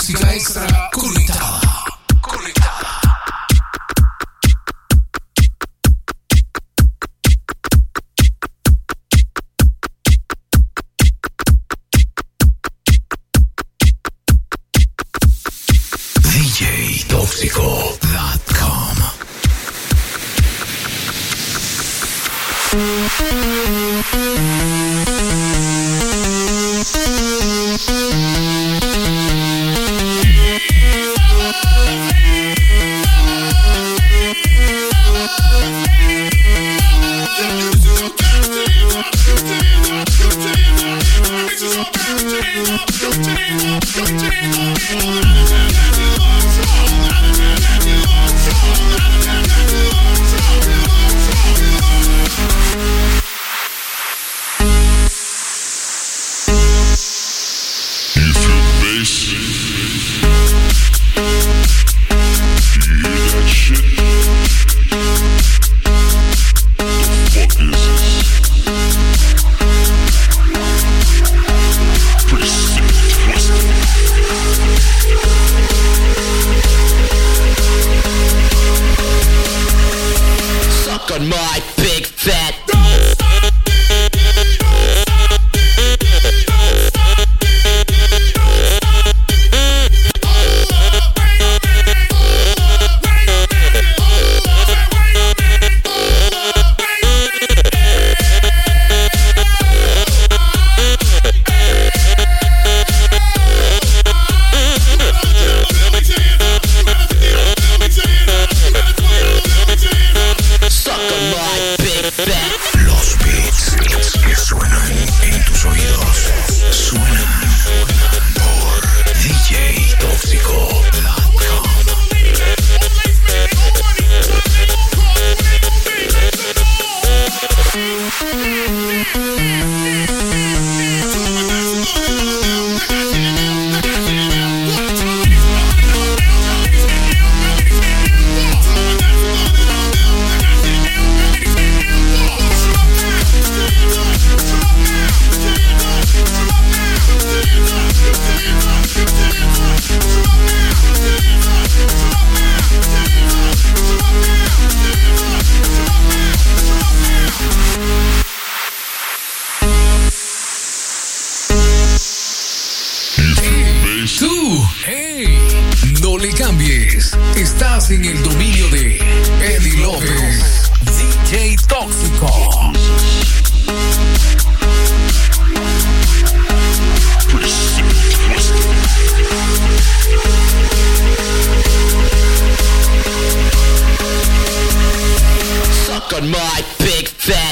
música extra conectada. DJToxico.com. Estás en el dominio de Eddie López, DJ Tóxico. Suck on my big fat.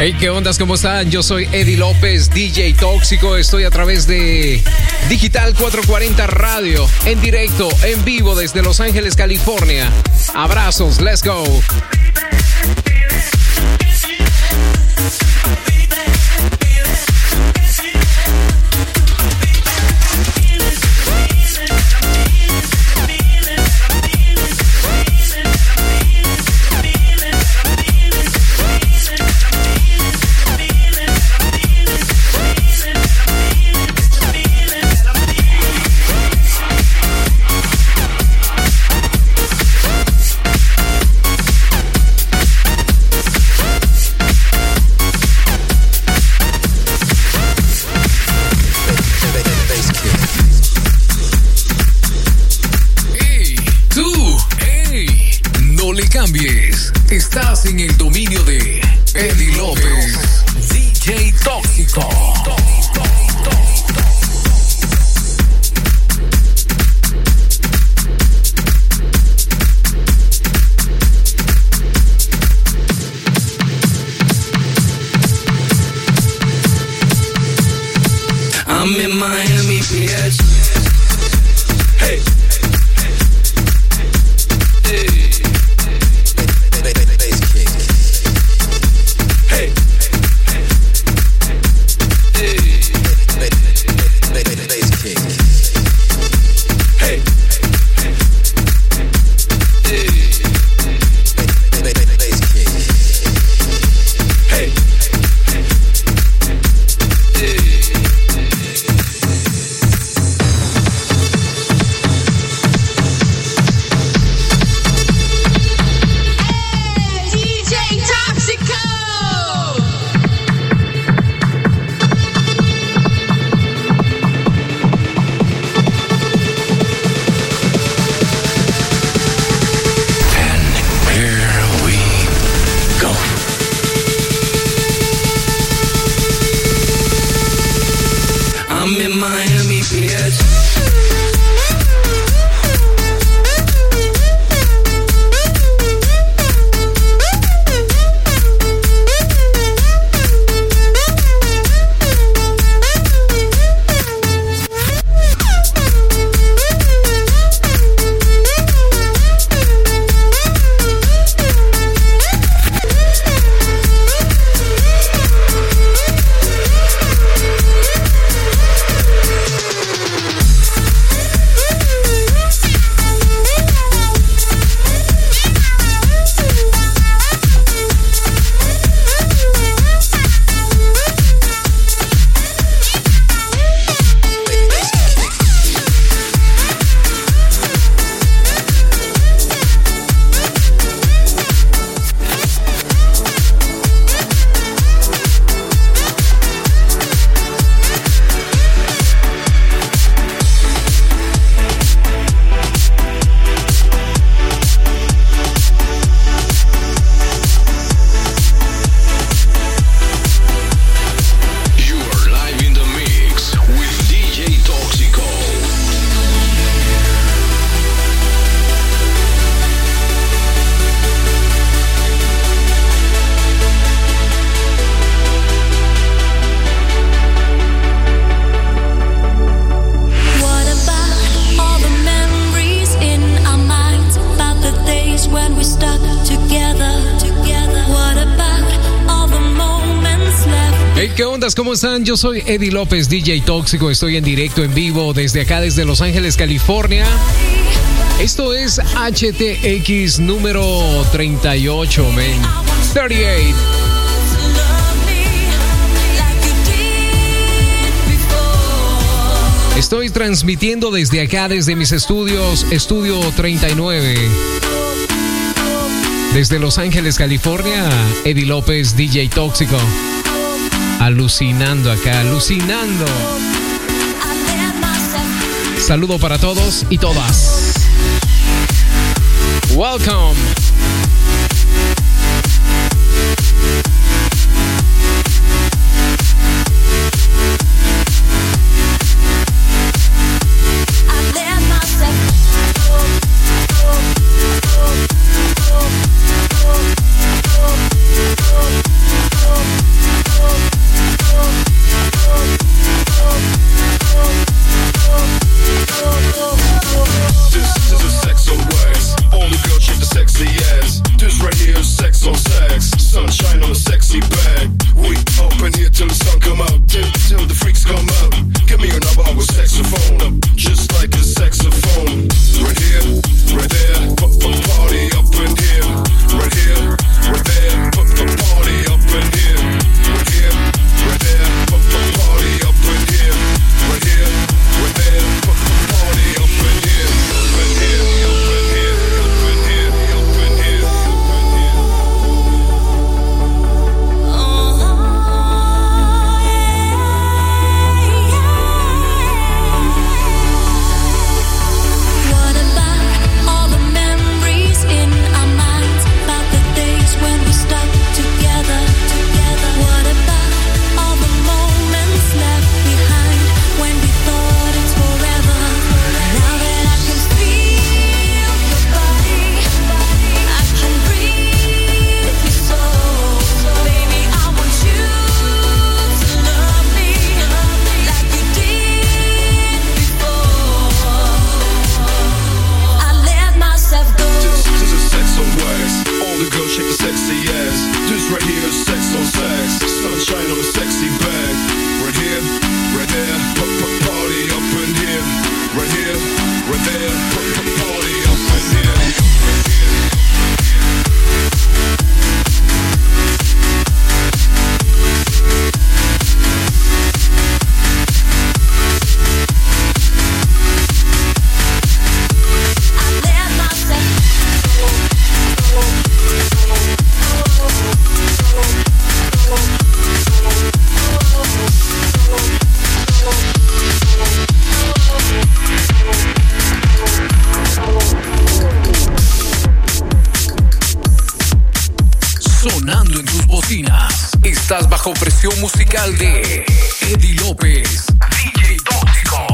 Hey, ¿qué ondas? ¿Cómo están? Yo soy Eddie López, DJ Tóxico. Estoy a través de Digital 440 Radio, en directo, en vivo desde Los Ángeles, California. Abrazos, let's go. Estás en el dominio de Eddie López, DJ Tóxico. I'm in Miami, bitch. Hey. Hey. ¿Cómo están? Yo soy Eddie López, DJ Tóxico. Estoy en directo, en vivo, desde acá, desde Los Ángeles, California. Esto es HTX número 38, man. 38. Estoy transmitiendo desde acá, desde mis estudios, Estudio 39. Desde Los Ángeles, California, Eddie López, DJ Tóxico. Alucinando acá, alucinando. Saludo para todos y todas. Welcome. selección musical de Eddie López, DJ Tóxico.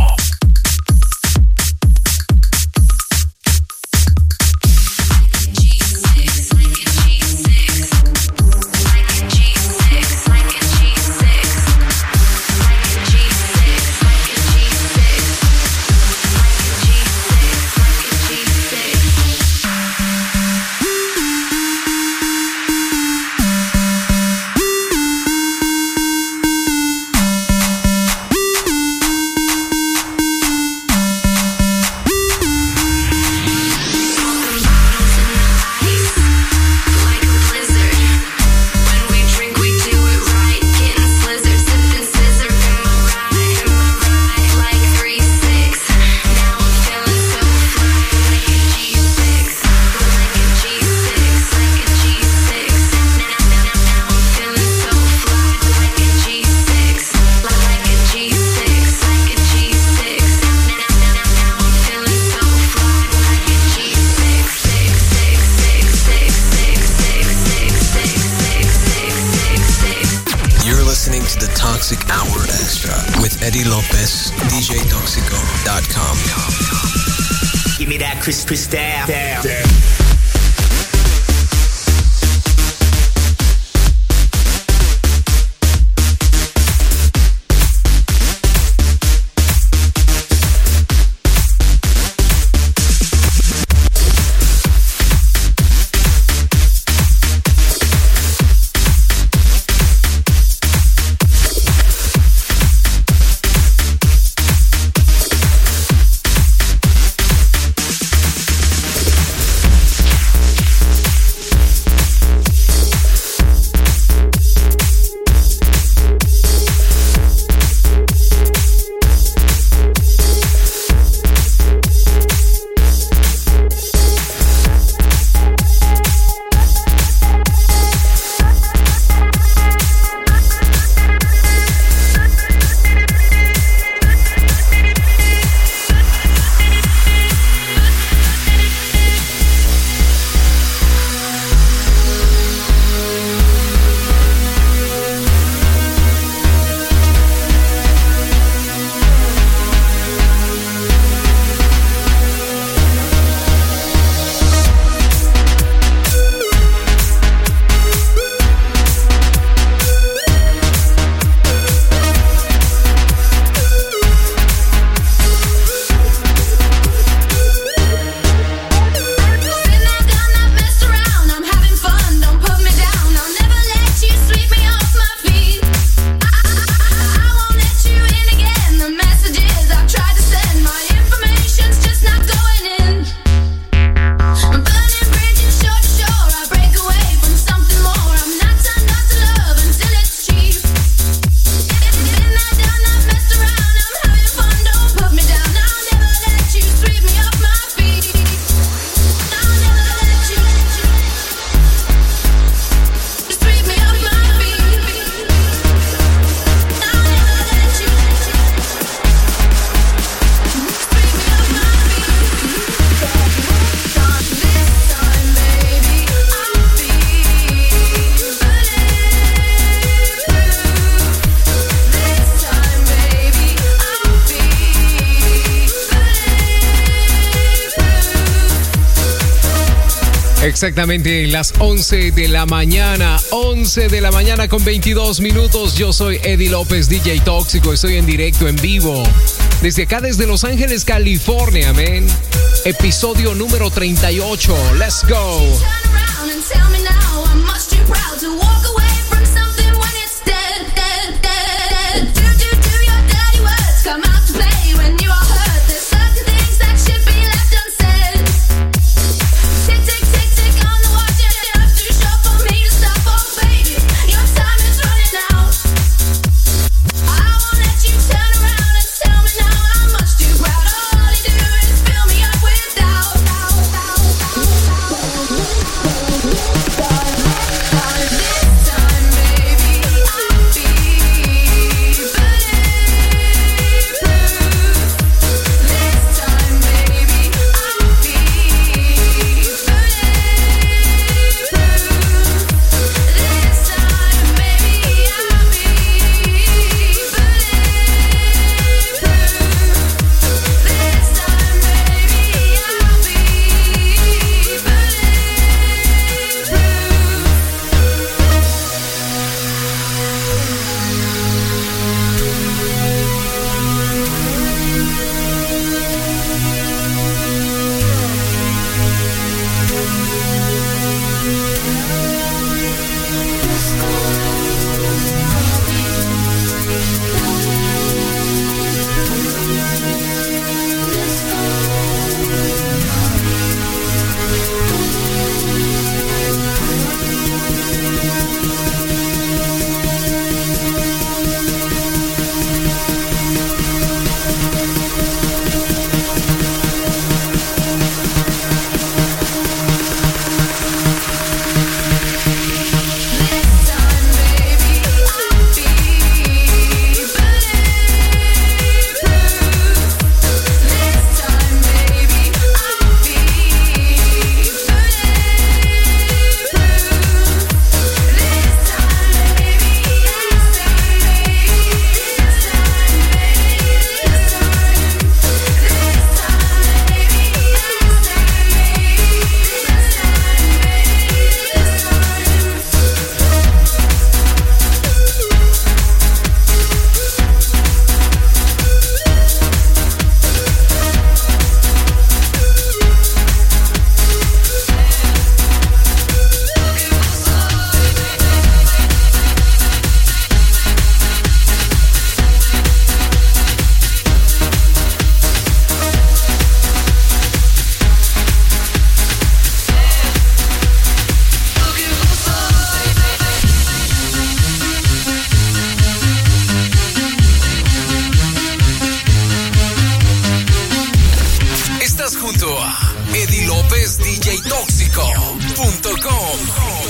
DJToxico.com. Give me that Chris down. Exactamente las 11 de la mañana, 11 de la mañana con 22 minutos. Yo soy Eddie López, DJ Tóxico. Estoy en directo, en vivo, desde acá, desde Los Ángeles, California, man. Episodio número 38. Let's go. Yeah. EdiLopezDJTóxico.com.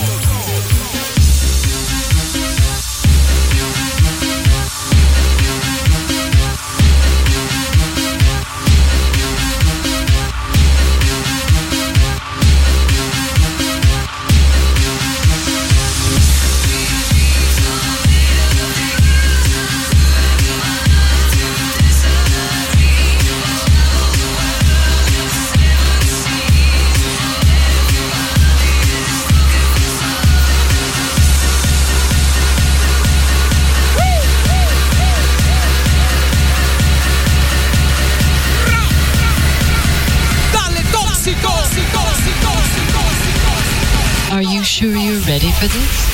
Are you sure you're ready for this?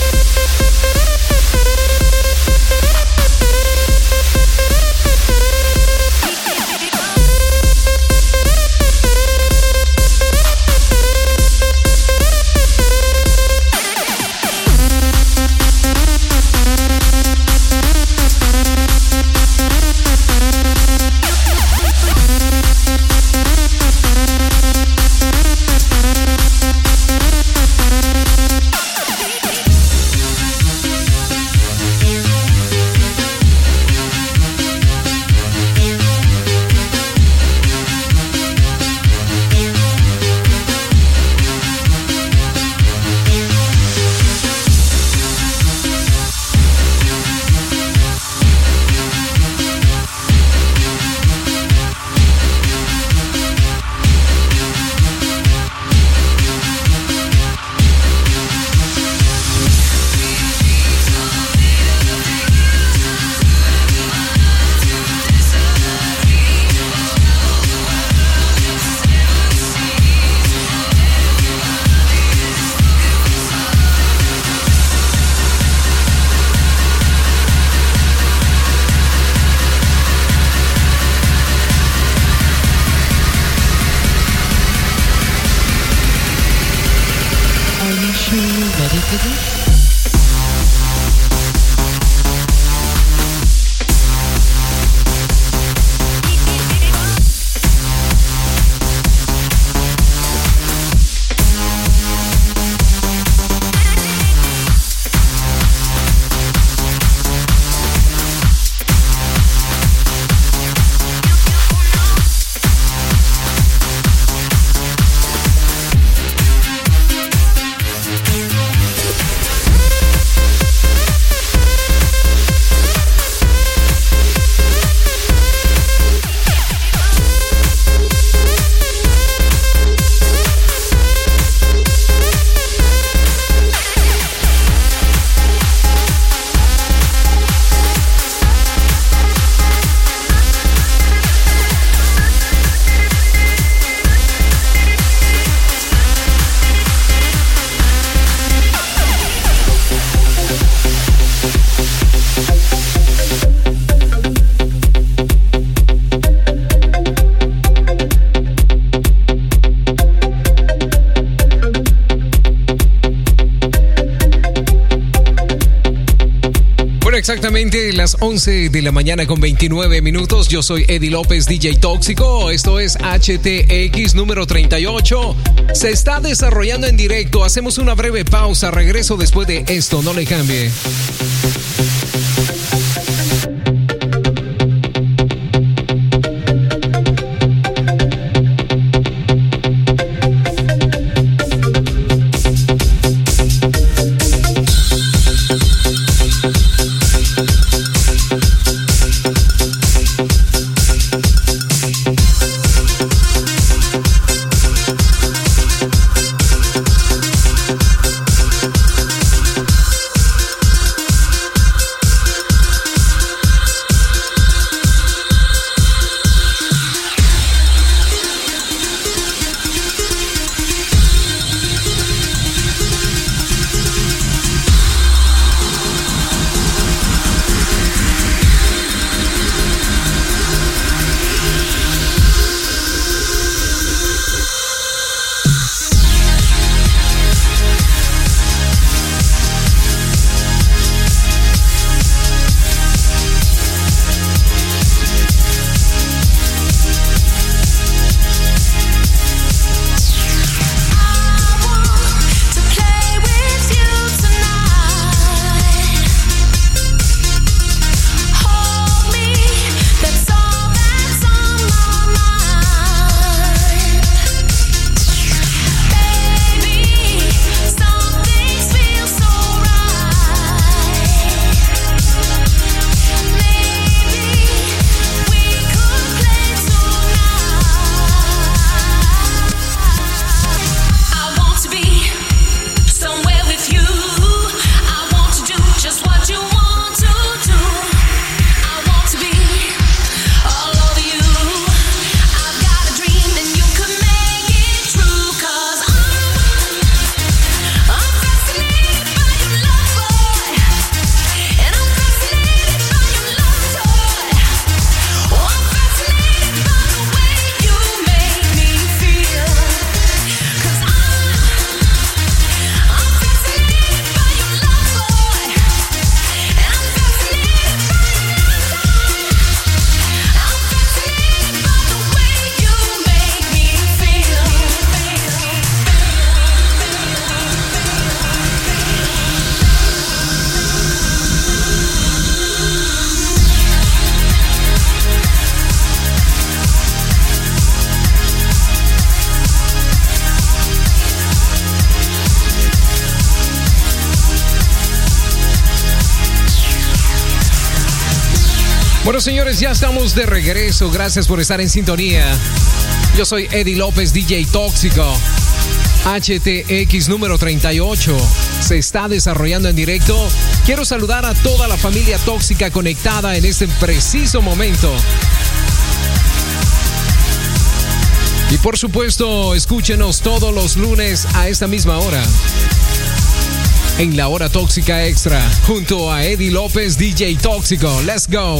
Exactamente las 11 de la mañana con 29 minutos. Yo soy Eddie López, DJ Tóxico. Esto es HTX número 38. Se está desarrollando en directo. Hacemos una breve pausa. Regreso después de esto. No le cambie. Bueno, señores, ya estamos de regreso. Gracias por estar en sintonía. Yo soy Eddie López, DJ Tóxico. HTX número 38 se está desarrollando en directo. Quiero saludar a toda la familia tóxica conectada en este preciso momento. Y por supuesto, escúchenos todos los lunes a esta misma hora. En la hora tóxica extra, junto a Eddie López, DJ Tóxico. Let's go.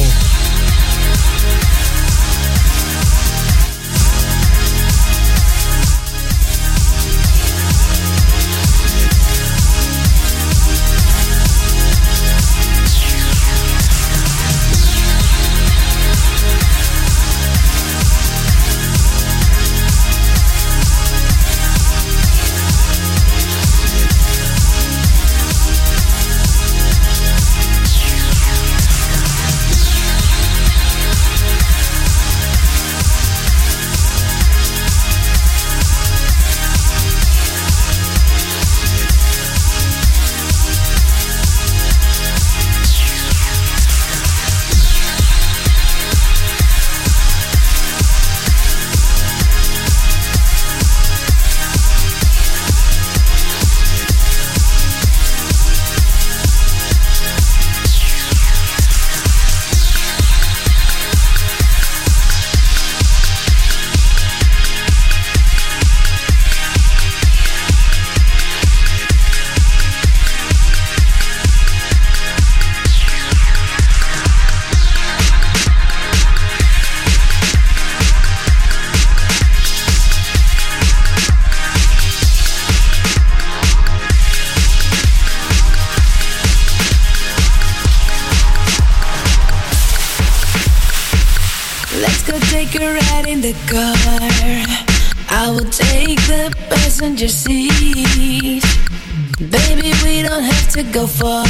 I will take the passenger seat. Baby, we don't have to go far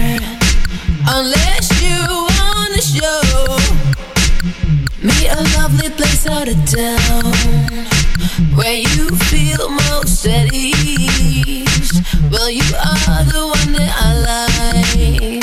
unless you wanna show me a lovely place out of town where you feel most at ease. Well, you are the one that I like.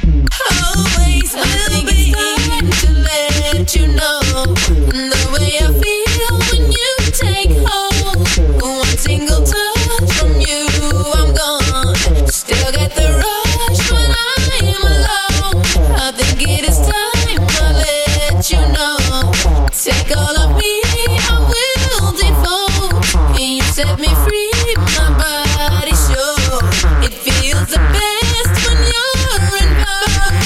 Always will be to let you know the way I feel when you take home one single touch from you. I'm gone. Still get the rush when I'm alone. I think it is time I let you know. Take all of me, I will devote. And you set me free, my body sure. It feels the best when you're involved.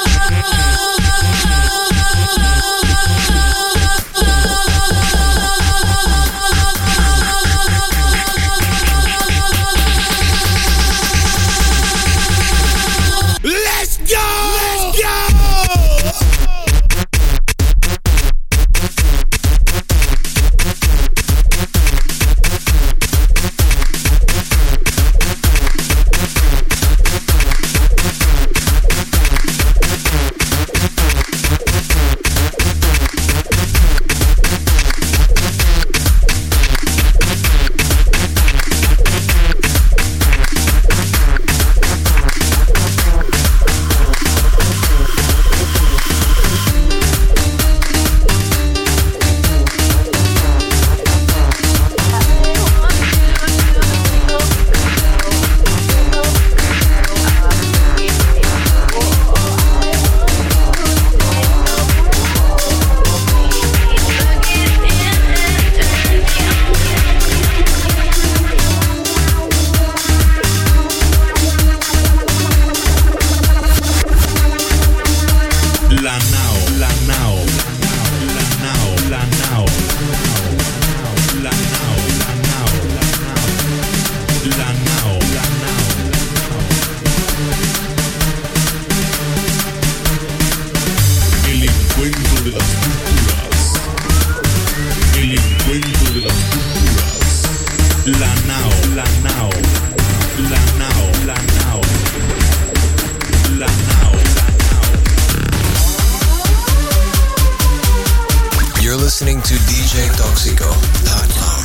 Listening to DJToxico.com.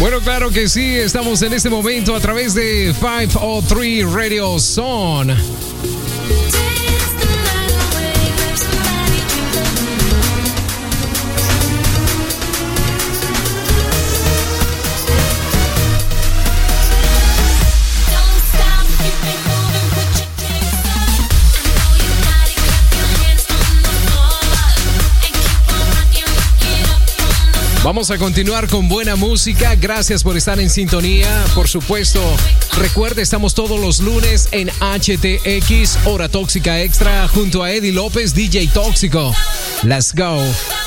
Bueno, claro que sí, estamos en este momento a través de 503 Radio Zone. Vamos a continuar con buena música. Gracias por estar en sintonía. Por supuesto, recuerde, estamos todos los lunes en HTX, Hora Tóxica Extra, junto a Eddie López, DJ Tóxico. Let's go.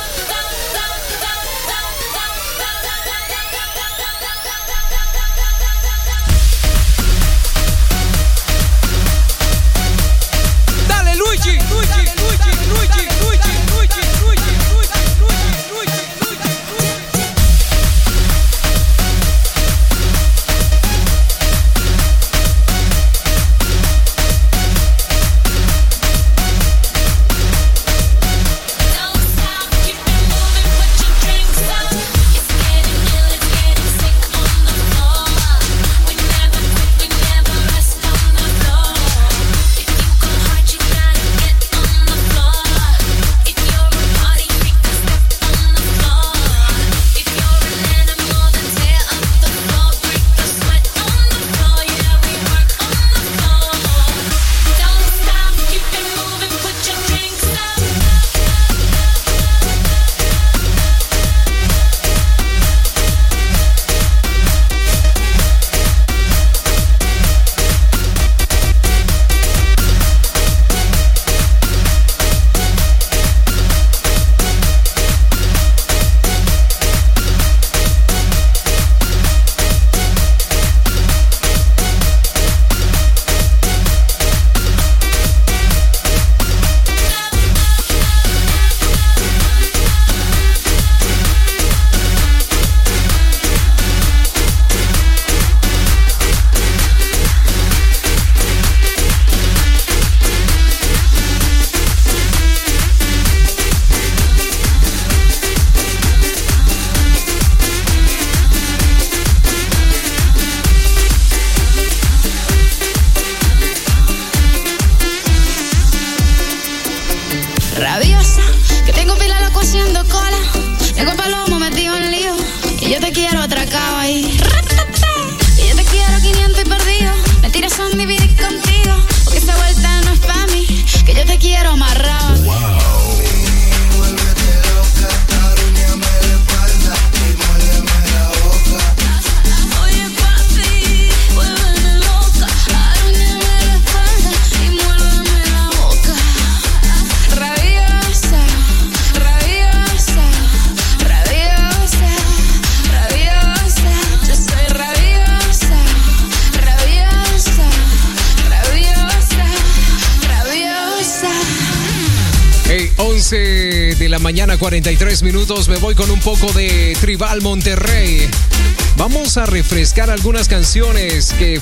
Mañana 43 minutos, me voy con un poco de Tribal Monterrey. Vamos a refrescar algunas canciones que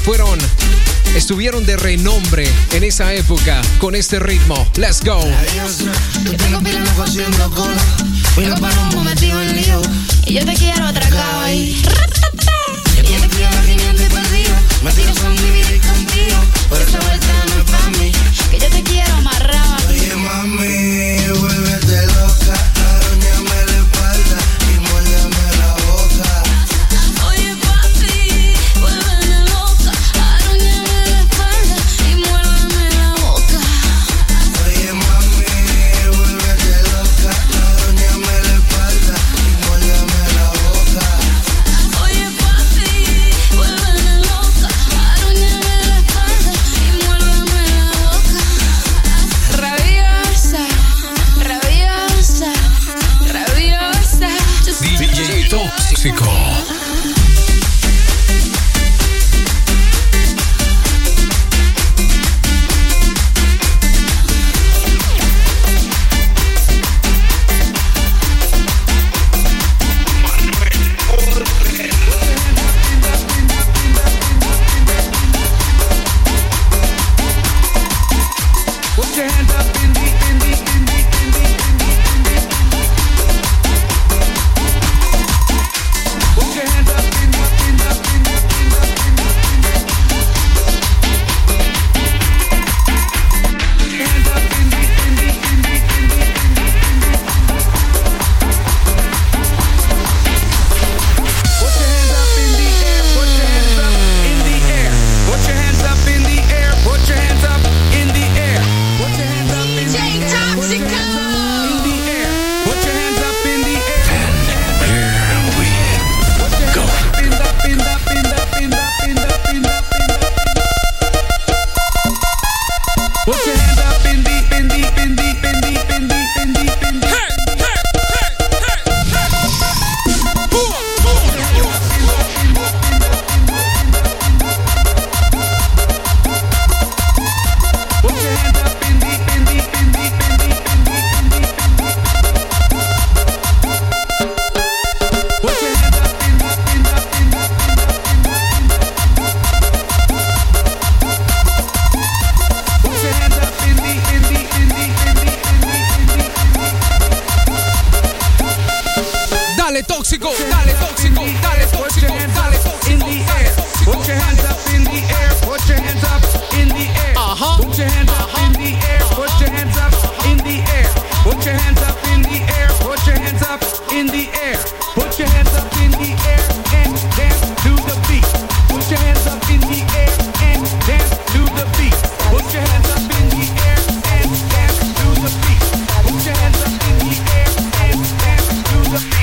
estuvieron de renombre en esa época con este ritmo. Let's go. Yo tengo pila loco haciendo cola, fui la paloma metido en lío y yo te quiero atracado ahí. Yo te quiero a 500 y perdido, me tiro son dividir contigo, por esa vuelta no es pa' mí, que yo te quiero amarrado. Oye mami, vuélvete loca, aruñame la espalda y muérdeme la boca. Oye papi, vuélveme loca, aruñame la espalda y muérdeme la boca. Oye mami, vuélvete loca, aruñame la espalda y muérdeme la boca. Oye papi, vuélveme loca, aruñame la espalda y muérdeme la boca. Rabiosa, rabiosa, rabiosa. DJ Tóxico. Put your hands dale tóxico, dale tóxico, dale tóxico, dale tóxico. In the air, put your hands up in the air, put your hands up in the air. Put your hands up in the air, put your hands up in the air. Put your hands up in the air, put your hands up in the air. Put your hands up in the air and dance to the beat. Put your hands up in the air and dance to the beat. Put your hands up in the air and dance to the beat. Put your hands up in the air and dance to the beat.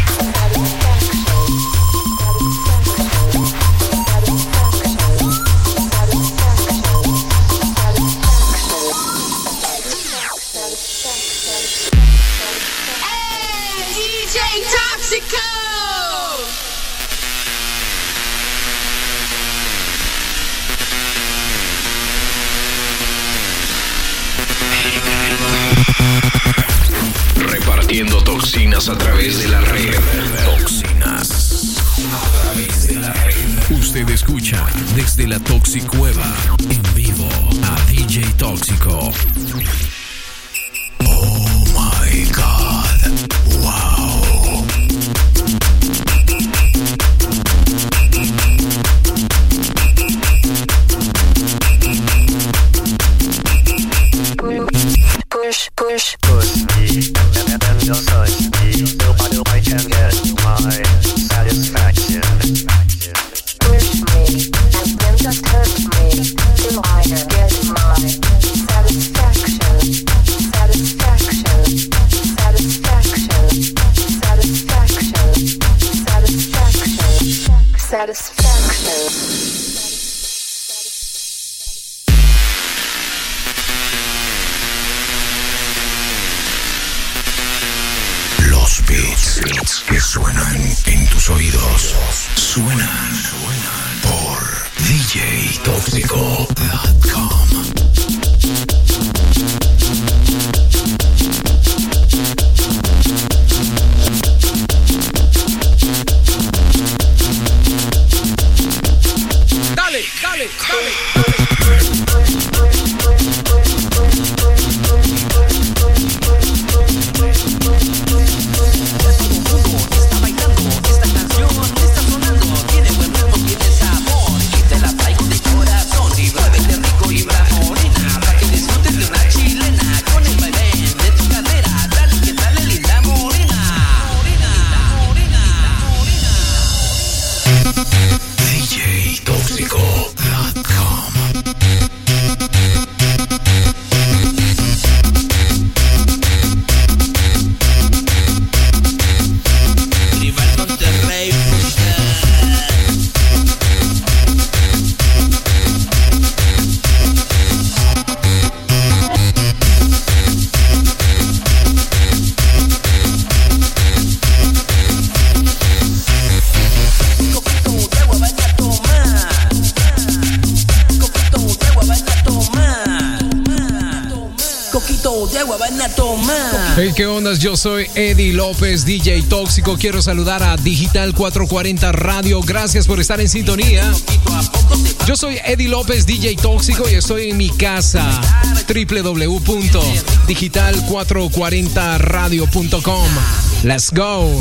Repartiendo toxinas a través de la red. Toxinas a través de la red. Usted escucha desde la Toxicueva en vivo a DJ Tóxico. Oh my God. Wow. Push, push, push me, and then just touch me. Nobody can get my satisfaction. Push me, and then just hurt me till I get my satisfaction. Satisfaction, satisfaction, satisfaction, satisfaction, satisfaction. Los beats que suenan en tus oídos suenan por DJTóxico.com. Dale, dale, dale. Hey, ¿qué ondas? Yo soy Eddie López, DJ Tóxico. Quiero saludar a Digital 440 Radio. Gracias por estar en sintonía. Yo soy Eddie López, DJ Tóxico, y estoy en mi casa, www.digital440radio.com. Let's go.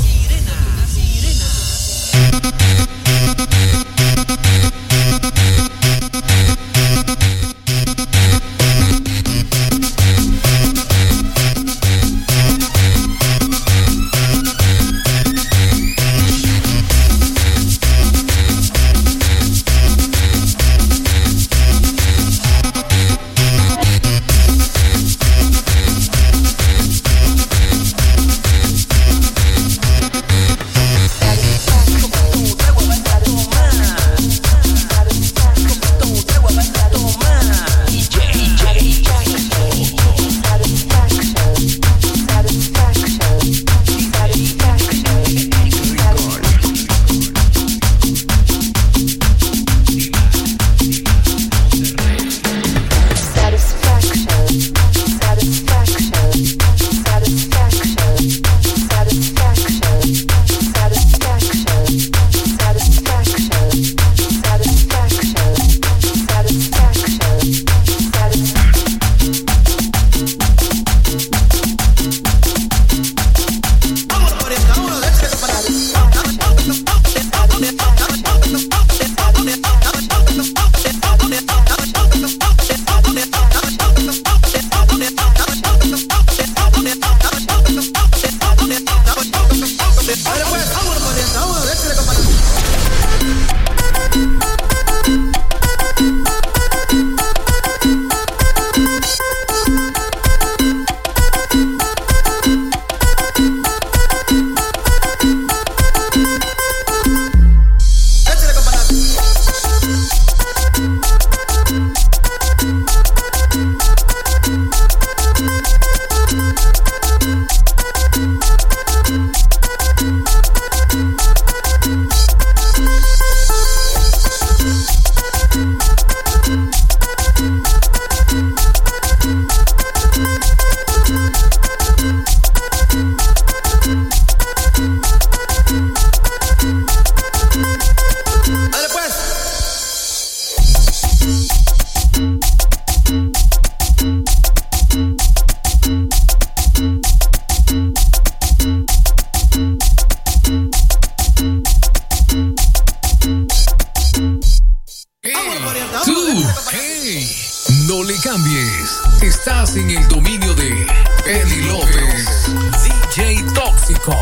Estás en el dominio de Eddie López, DJ Tóxico.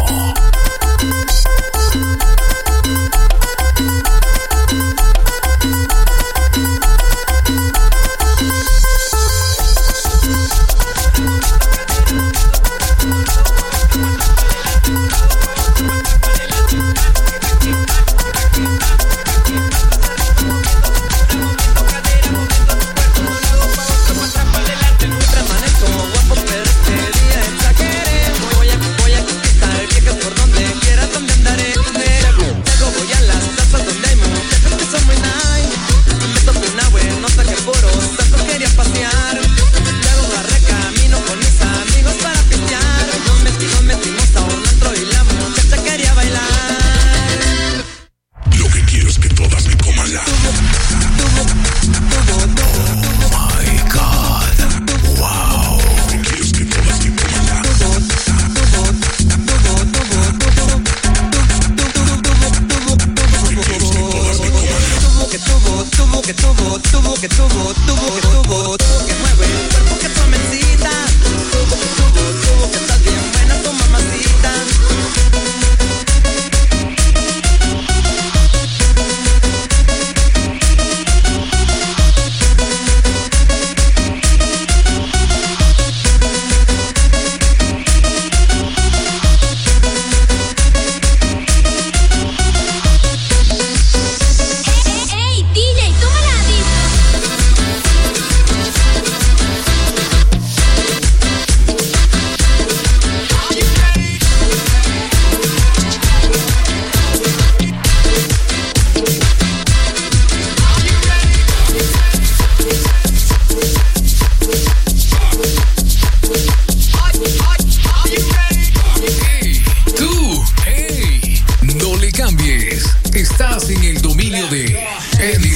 Estás en el dominio de Eddie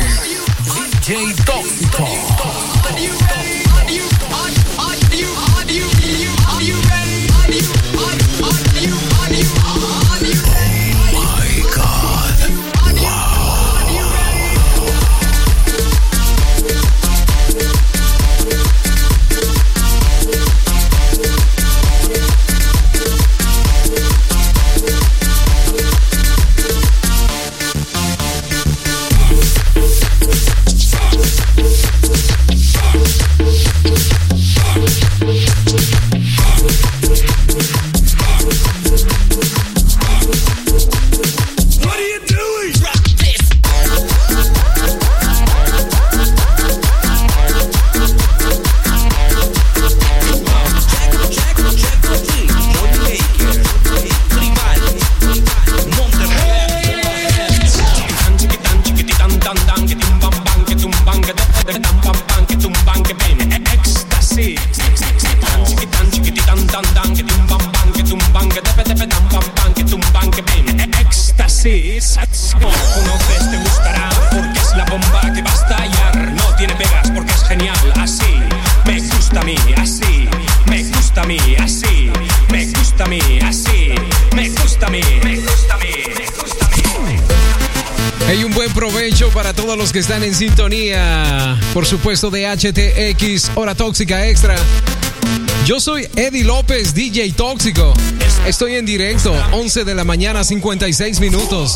López, DJ Tóxico. Uno te gustará porque es la bomba que va a estallar. No tiene pegas porque es genial. Así me gusta a mí, así me gusta a mí, así me gusta a mí, así me gusta a mí, me gusta a mí, me gusta a mí. Hay un buen provecho para todos los que están en sintonía, por supuesto, de HTX Hora Tóxica Extra. Yo soy Eddie López, DJ Tóxico. Estoy en directo, 11 de la mañana, 56 minutos.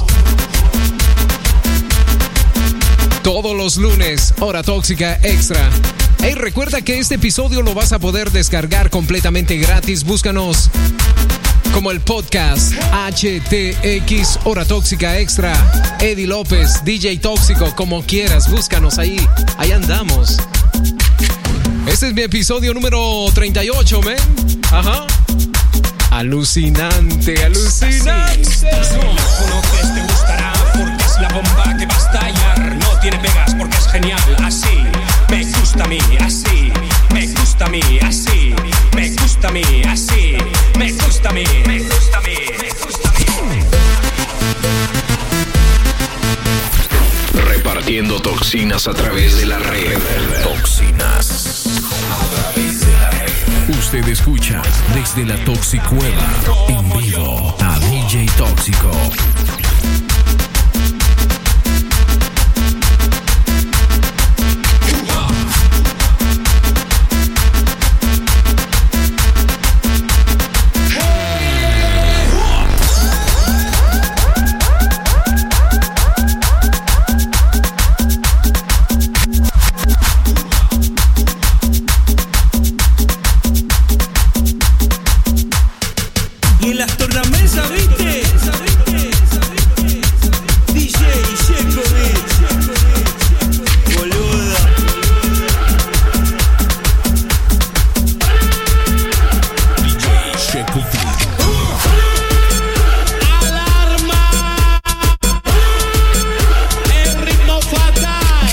Todos los lunes, Hora Tóxica Extra. Hey, recuerda que este episodio lo vas a poder descargar completamente gratis. Búscanos como el podcast HTX Hora Tóxica Extra. Eddie López, DJ Tóxico, como quieras, búscanos ahí. Ahí andamos. Este es mi episodio número 38, man. Ajá. Alucinante, alucinante. Si la conoces te gustará porque es la bomba que va a estallar. No tiene pegas porque es genial. Así me gusta a mí, así me gusta a mí, así me gusta a mí, así me gusta a mí, me gusta a mí, me gusta a mí. Repartiendo toxinas a través de la red. Toxinas. Usted escucha desde la Toxicueva en vivo a DJ Tóxico. Y en las tornamesas, ¿viste? DJ Shekovic, boluda. DJ Shekovic. Alarma, el ritmo fatal,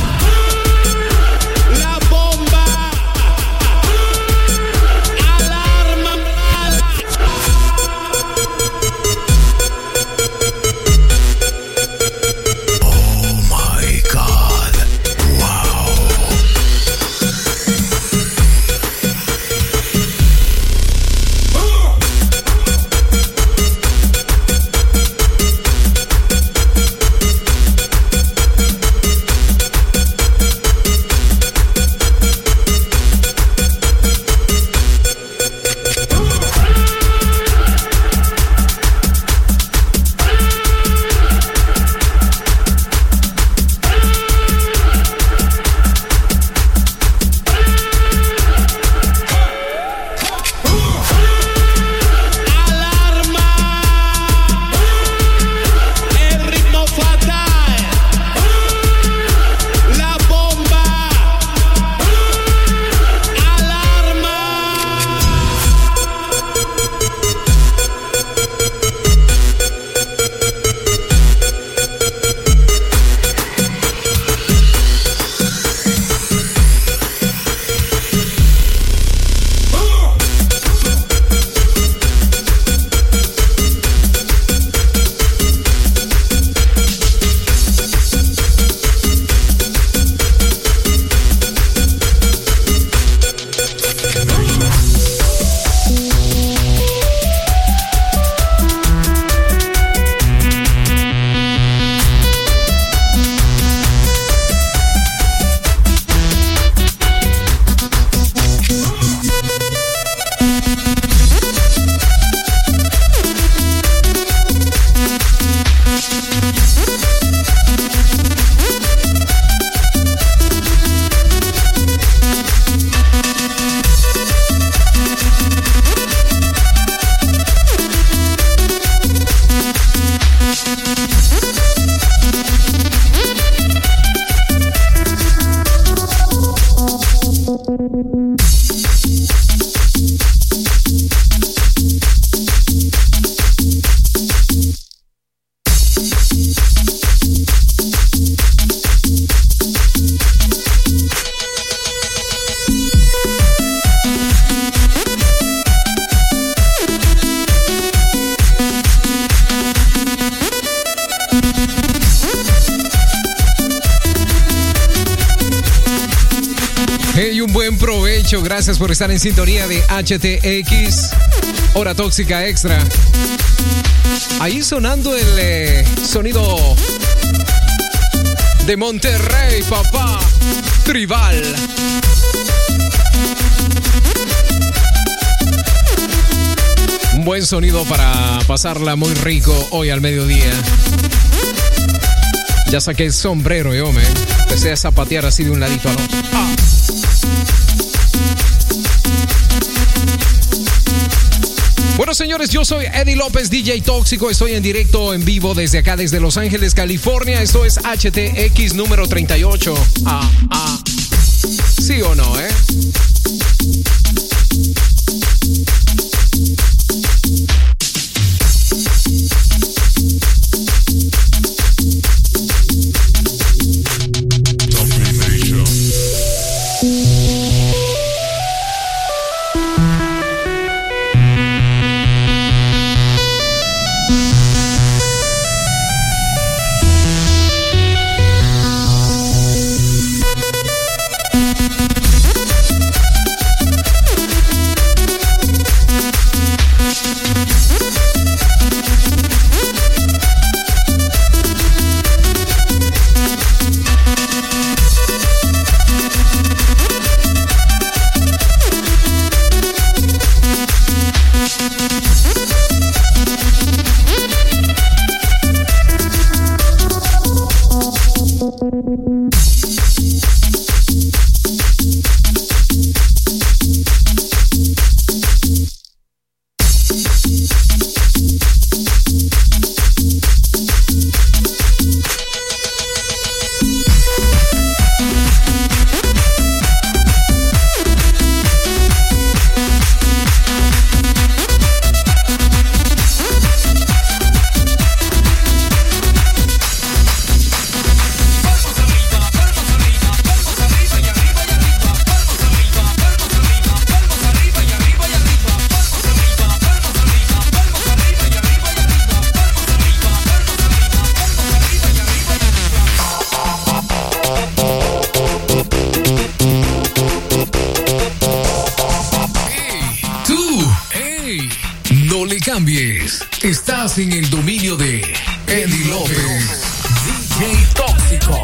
la bomba, alarma. Oh my God. Wow. Alarma, el ritmo fatal, la bomba, alarma. Hey, un buen provecho. Gracias por estar en sintonía de HTX Hora Tóxica Extra. Ahí sonando el sonido de Monterrey, papá. Tribal. Un buen sonido para pasarla muy rico hoy al mediodía. Ya saqué el sombrero, yo, me empecé a zapatear así de un ladito al otro. Bueno, señores, yo soy Eddie López, DJ Tóxico. Estoy en directo, en vivo, desde acá, desde Los Ángeles, California. Esto es HTX número 38. ¿Sí o no, Estás en el dominio de Eddie López, DJ Tóxico.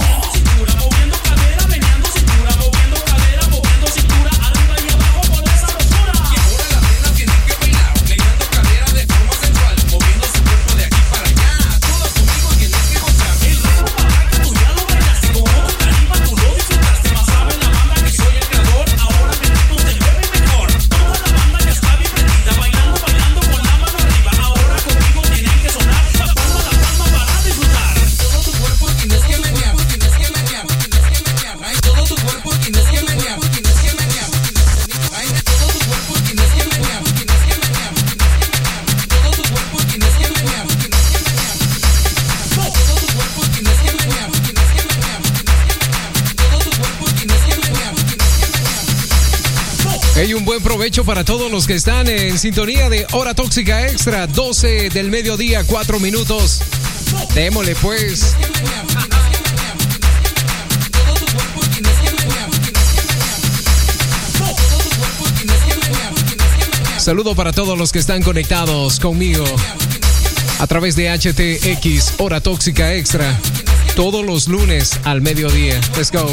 Hey, un buen provecho para todos los que están en sintonía de Hora Tóxica Extra, 12 del mediodía, 4 minutos. Démosle pues. Saludo para todos los que están conectados conmigo a través de HTX Hora Tóxica Extra, todos los lunes al mediodía. Let's go.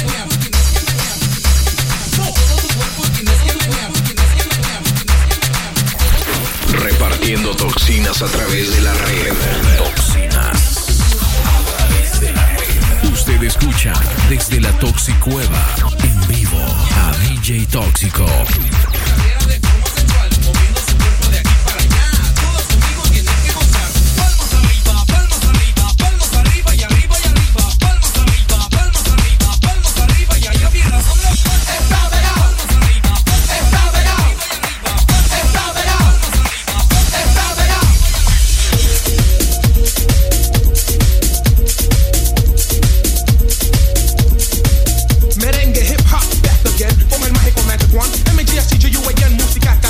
Repartiendo toxinas a través de la red. Toxinas a través de la red. Usted escucha desde la Toxicueva en vivo a DJ Tóxico. Merengue, hip hop, back again. Con el mágico Magic One. MGS, you again, música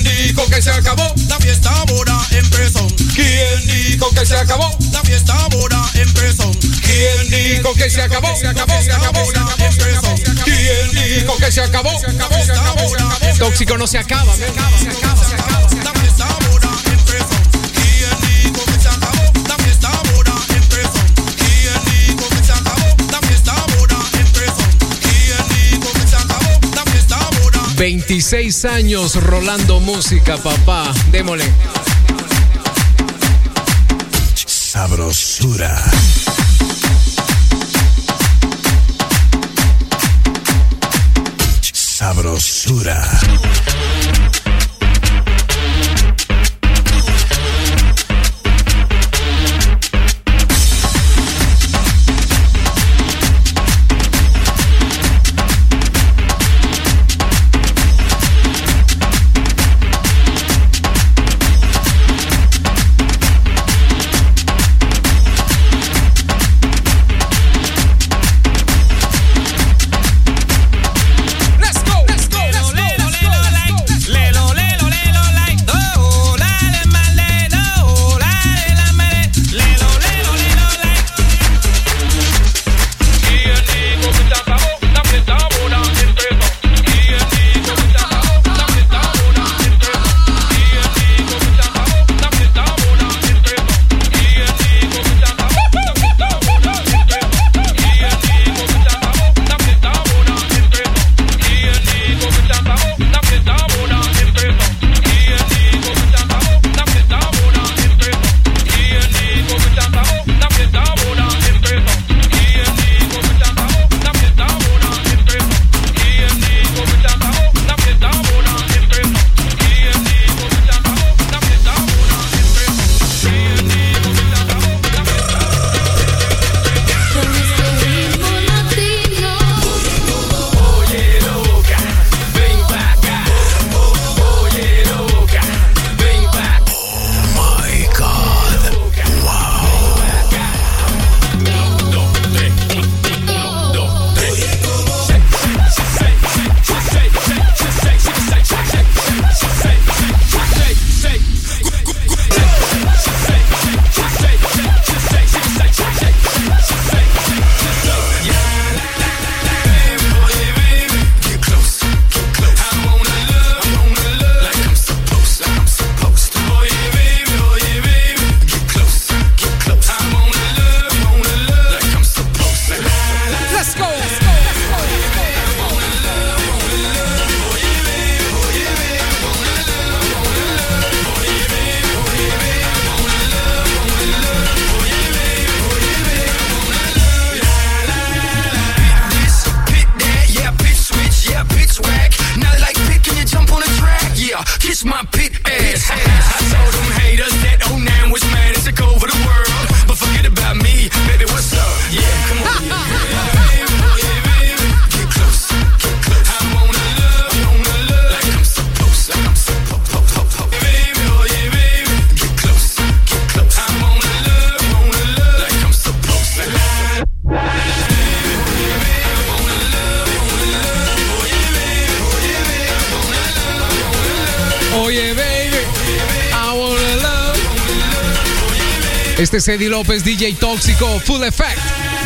dijo que se acabó? La fiesta ahora empezó. ¿Quién dijo que se acabó? La fiesta ahora empezó. ¿Quién dijo que se acabó? Se acabó, se acabó, se acabó, empezó. ¿Quién dijo que se acabó? Se acabó, se acabó, se acabó. Tóxico no se acaba, se acaba, se acaba, se acaba. La fiesta ahora empezó. ¿Quién dijo que se acabó? La fiesta ahora empezó. ¿Quién dijo que se acabó? La fiesta ahora empezó. ¿Quién dijo que se acabó? La fiesta ahora. 26 años rolando música, papá. Démosle. Sabrosura. Sabrosura. Este es Eddie López, DJ Tóxico, Full Effect.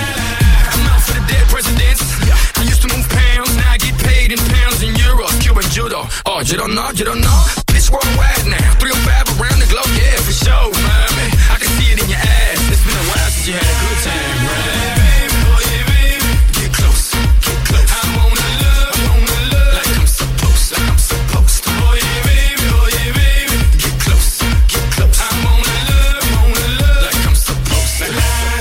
Oh, you don't know, you don't know. Bitch worldwide now, 3 or 5 around the globe, yeah, for sure, mommy. I can see it in your eyes. It's been a while since you had a good time, right? Baby, oh yeah, baby, get close, get close. I wanna love, like I'm supposed, like I'm supposed to. Oh yeah, baby, get close, get close. I wanna love, like I'm supposed to.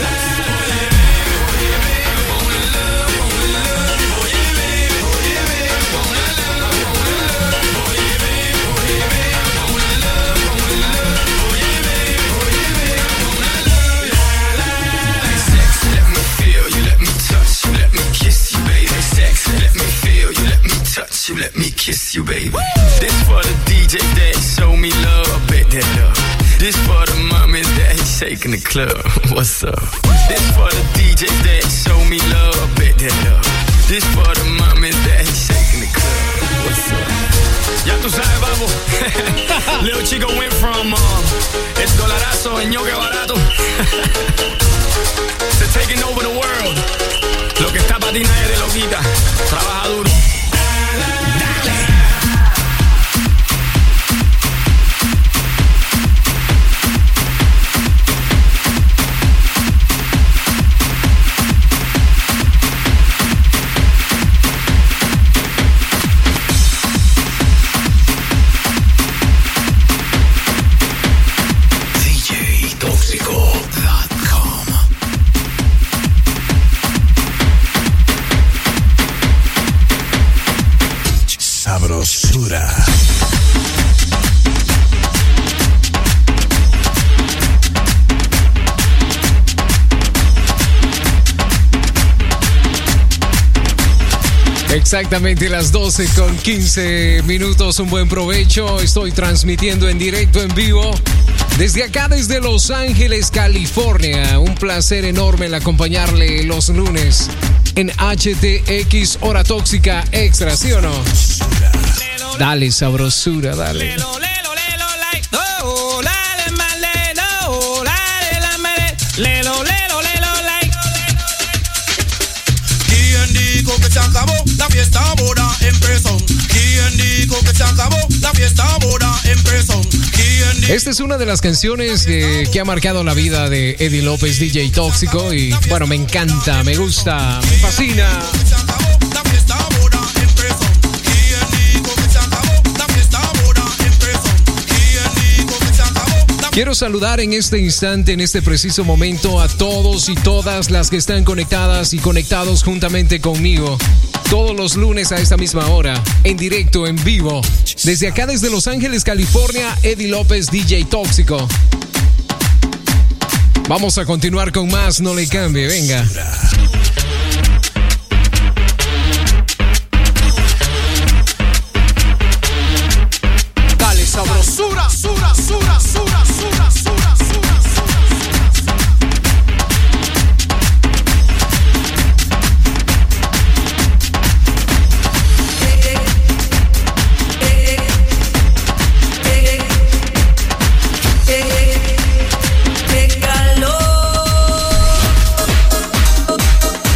You let me kiss you, baby. This for the DJ that show me love, I bet that love. This for the mommies that he shaking the club. What's up? This for the DJ that show me love, I bet that love. This for the mommies that he shaking the club. What's up? Ya tú sabes, nuevo. Little Chico went from el dolarazo en ñoque barato to taking over the world. Lo que está para ti nadie te lo quita. Trabaja duro. Sabrosura. Exactamente las 12:15. Un buen provecho. Estoy transmitiendo en directo, en vivo, desde acá, desde Los Ángeles, California. Un placer enorme el acompañarle los lunes en HTX Hora Tóxica Extra, ¿sí o no? Dale, sabrosura, dale. ¿Quién dijo que se acabó? La fiesta ahora empezó. ¿Quién dijo que se acabó? La fiesta ahora empezó. Esta es una de las canciones que ha marcado la vida de Eddie López, DJ Tóxico. Y bueno, me encanta, me gusta, me fascina. Quiero saludar en este instante, en este preciso momento, a todos y todas las que están conectadas y conectados juntamente conmigo todos los lunes a esta misma hora, en directo, en vivo. Desde acá, desde Los Ángeles, California, Eddie López, DJ Tóxico. Vamos a continuar con más, no le cambie, venga. Dale, sabrosura, sura, sura, sura, sura, sura, sura. Qué calor.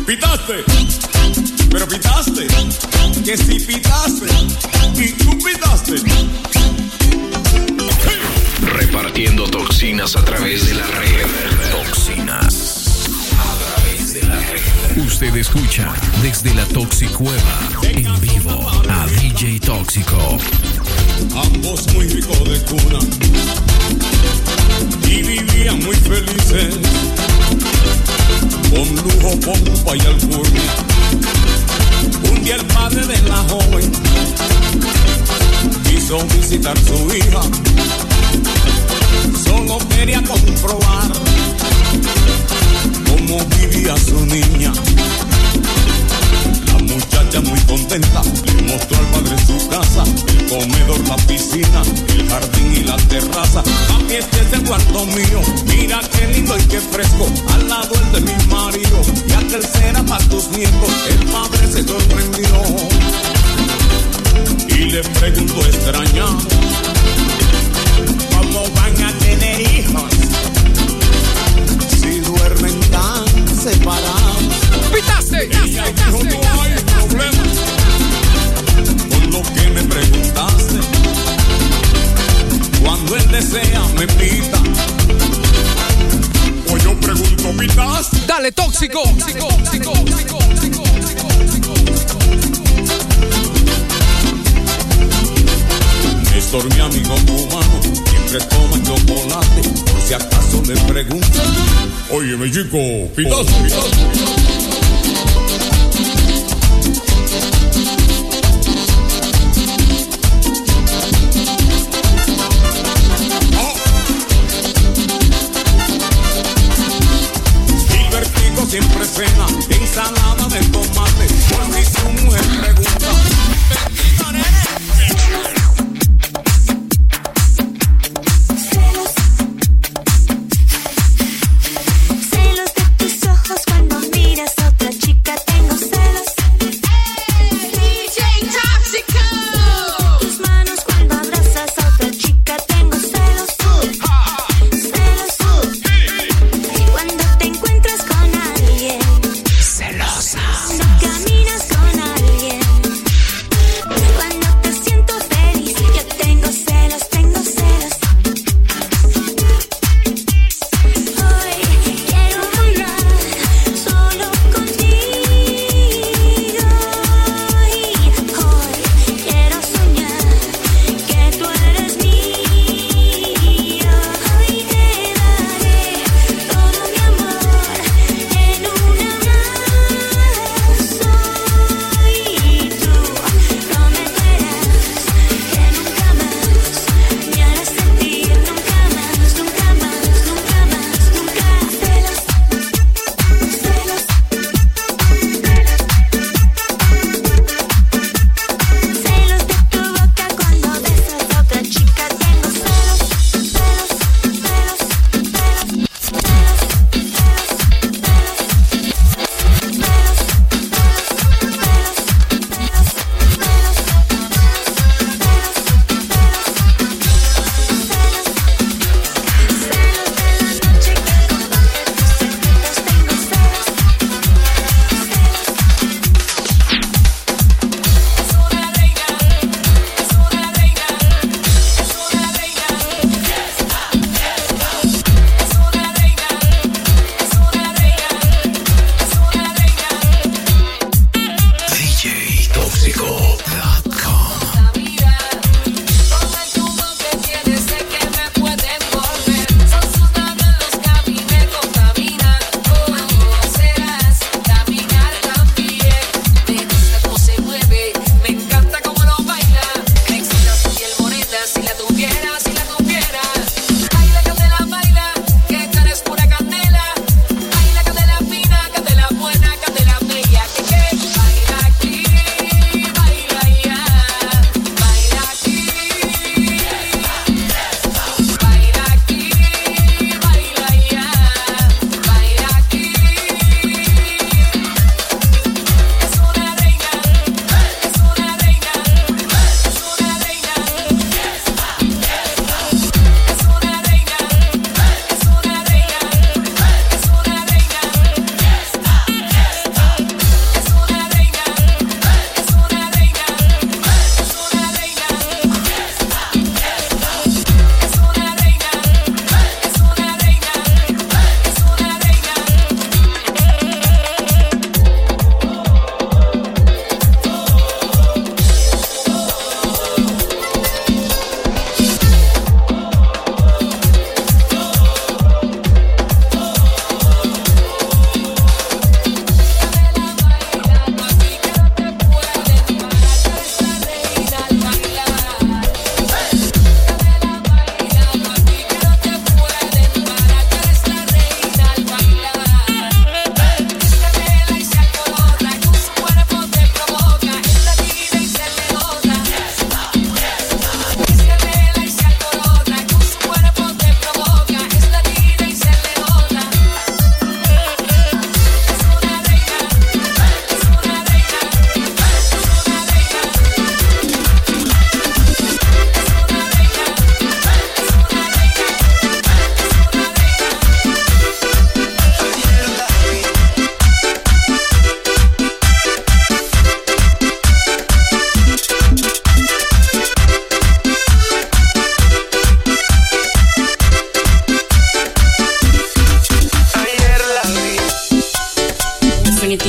Pitaste, pero pitaste, que si pitaste, y tú pitaste. Repartiendo toxinas a través de la red. Toxinas a través de la red. Usted escucha desde la Toxicueva en vivo a DJ Tóxico. Ambos muy ricos de cuna y vivían muy felices, con lujo, pompa y alcurnia. Un día el padre de la joven quiso visitar su hija. Solo quería comprobar cómo vivía su niña. La muchacha muy contenta le mostró al padre su casa, el comedor, la piscina, el jardín y la terraza. Papi, este es el cuarto mío, mira qué lindo y qué fresco, al lado el de mi marido, y aquel será para tus nietos. El padre se sorprendió y le preguntó extrañado: ¿cómo van a tener hijos si duermen tan separados? ¡Pitaste! Ella dijo: no hay problema con lo que me preguntaste. Cuando él desea me pita, o yo pregunto: ¿pitaste? ¡Dale, tóxico! Néstor, mi amigo cubano, siempre toma chocolate, por si acaso le pregunto: óyeme, chico, ¿pitaste? Gilbertico siempre cena ensalada de tomate, por si su mujer pregunta: Cuando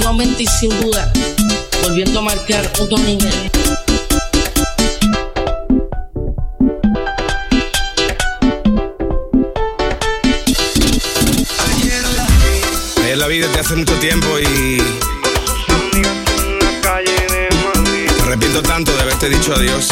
definitivamente y sin duda, volviendo a marcar otro nivel. Ayer la vi desde hace mucho tiempo y me arrepiento tanto de haberte dicho adiós.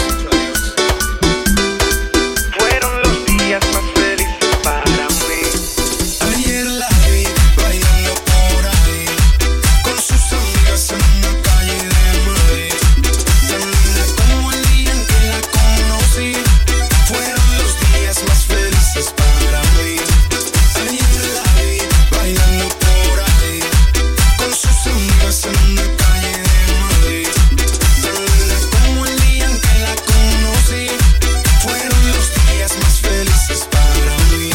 Fueron los días más felices para mí. Ayer la vi bailando por ahí con sus amigas en una calle de Madrid. Tan linda como el día en que la conocí. Fueron los días más felices para mí. Ayer la vi bailando por ahí con sus amigas en una calle de Madrid. Tan linda como el día en que la conocí. Fueron los días más felices para mí.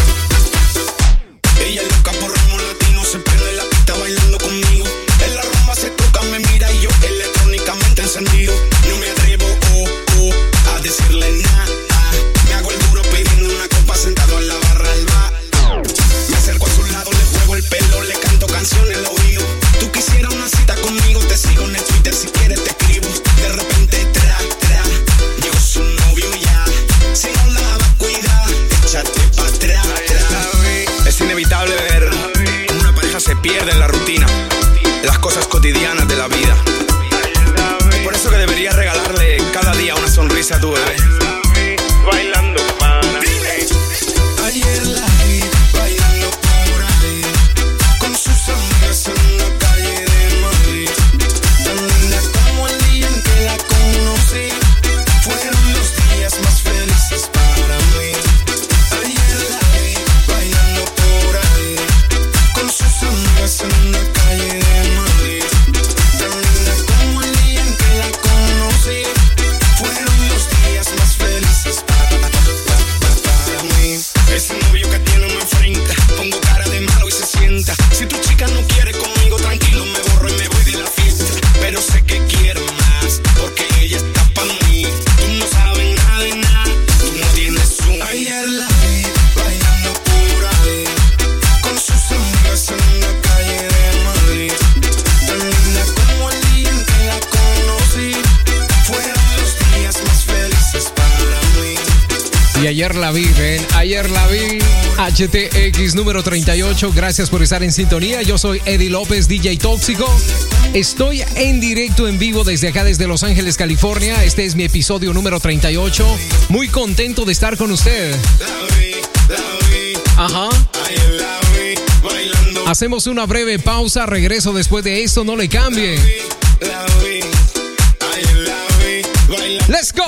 Ella es loca por ritmo latino, se prende la pista bailando conmigo. En la rumba se toca, me mira y yo electrónicamente encendido. No me atrevo, a decirle nada. Me hago el duro pidiendo una copa sentado en la barra del bar. Me acerco a su lado, le juego el pelo, le canto canciones al oído. Tú quisieras una cita conmigo, te sigo en el Twitter, si quieres te escribo. De repente, llegó su novio ya. Si no la vas a cuidar, échate pa' atrás. Es inevitable ver cómo una pareja se pierde en la rutina, las cosas cotidianas de la vida. Es por eso que deberías regalarle cada día una sonrisa a tu bebé. Bailando para mí. Ayer la vi bailando por ahí con sus amigas en una calle de Madrid. Tan linda como el día en que la conocí. Fueron los días más felices para mí. Ayer la vi bailando por ahí con sus amigas en una calle de Madrid. Tan linda como el día en que la conocí. Fueron los días más felices para mí. Ese novio que tiene me enfrenta. Pongo cara de malo y se sienta. Si tu chica no quiere conmigo, tranquilo, me borro y me voy de la fiesta. Pero sé que quiero más, porque ella está pa' mí. Tú no sabes nada de nada, tú no tienes un. Ayer la vi bailando por ahí con sus amigas en una calle de Madrid. Tan linda como el día en que la conocí. Fueron los días más felices para mí. Y ayer la vi, ven, ayer la vi. HTX número 38, gracias por estar en sintonía. Yo soy Eddie López, DJ Tóxico. Estoy en directo, en vivo desde acá, desde Los Ángeles, California. Este es mi episodio número 38. Muy contento de estar con usted. Ajá. Hacemos una breve pausa, regreso después de esto, no le cambie. Let's go.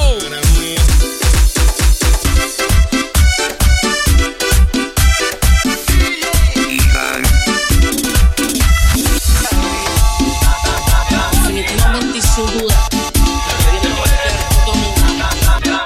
Definitivamente y sin duda, volviendo a marcar otro nivel.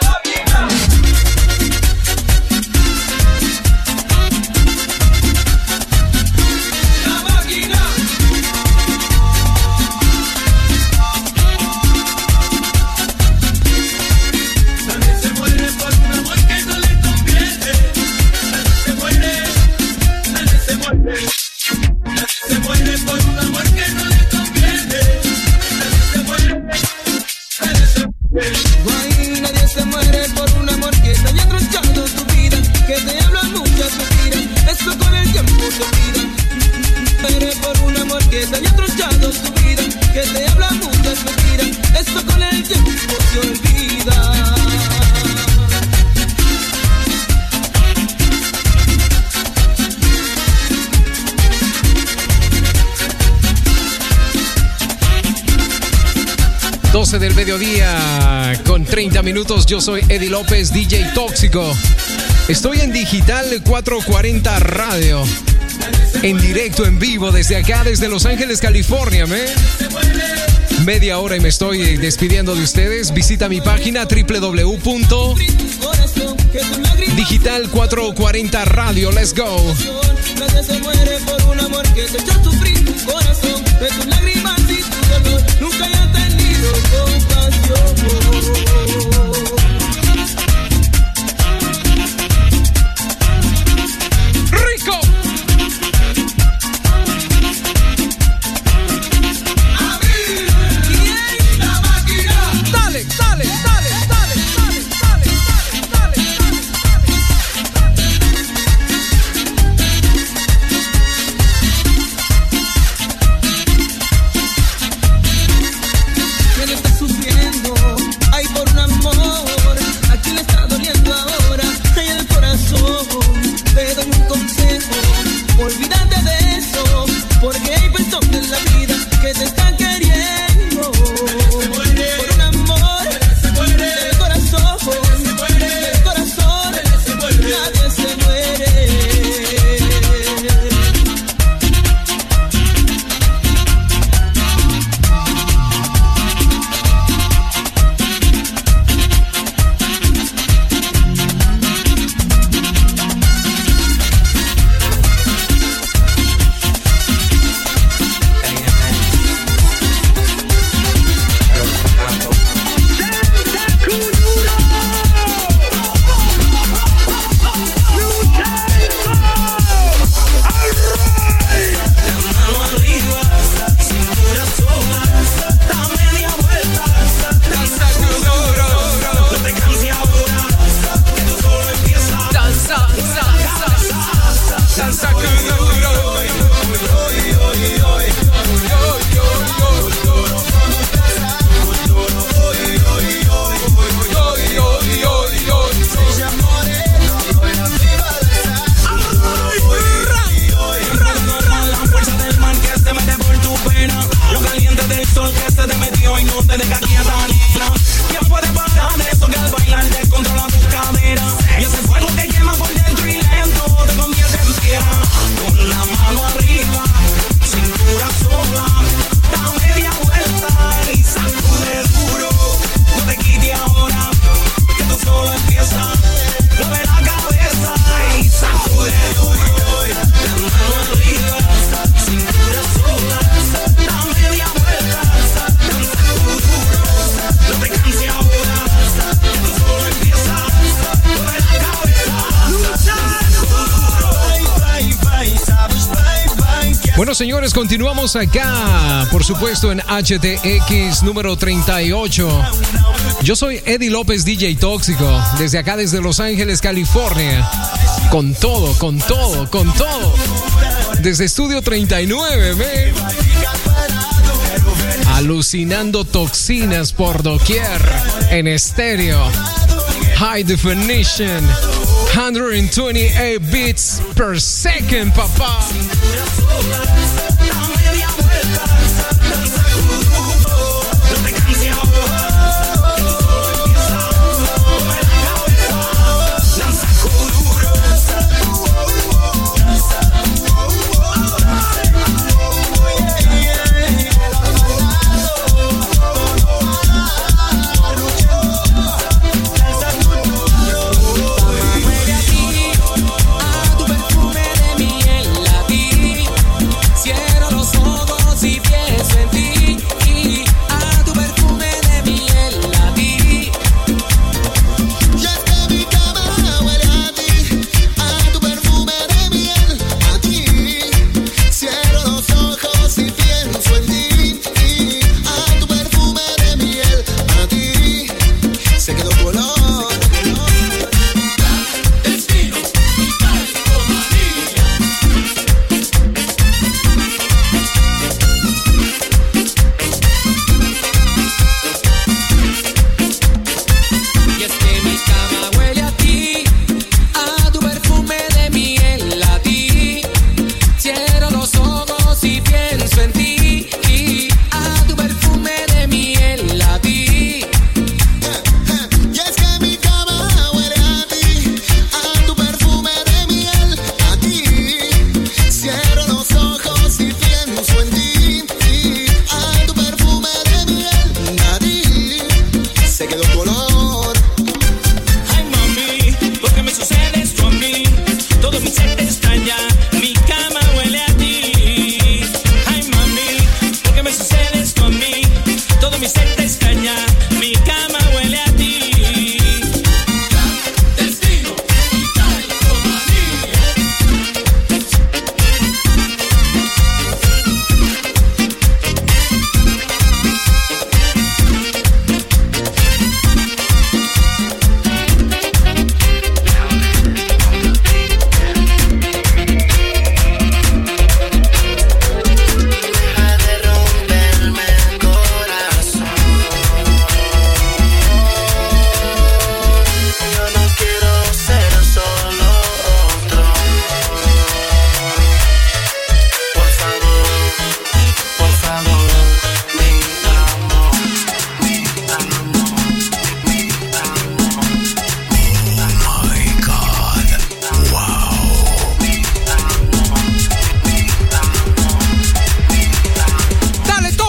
Nadie se muere por un amor que te haya tronchado tu vida, que te hablan muchas mentiras, eso con el tiempo te olvida. Muere por un amor que te haya tronchado tu vida, que te hablan muchas mentiras, eso con el tiempo se olvida. Del mediodía con 30 minutos. Yo soy Eddie López, DJ Tóxico. Estoy en Digital 440 Radio, en directo, en vivo, desde acá, desde Los Ángeles, California. Media hora y me estoy despidiendo de ustedes. Visita mi página www.digital 440 Radio. Let's go. Nadie se muere por un amor que te echó a sufrir tu corazón, de tus lágrimas y tu dolor. Nunca haya tenido compasión. ¡Rico! que te están queriendo. Por un amor del corazón, nadie se muere. Bueno, señores, continuamos acá, por supuesto, en HTX número 38. Yo soy Eddie López, DJ Tóxico, desde acá, desde Los Ángeles, California. Con todo, con todo, con todo. Desde Estudio 39, ¿ve? Alucinando toxinas por doquier, en estéreo. High definition. 128 beats per second, papá.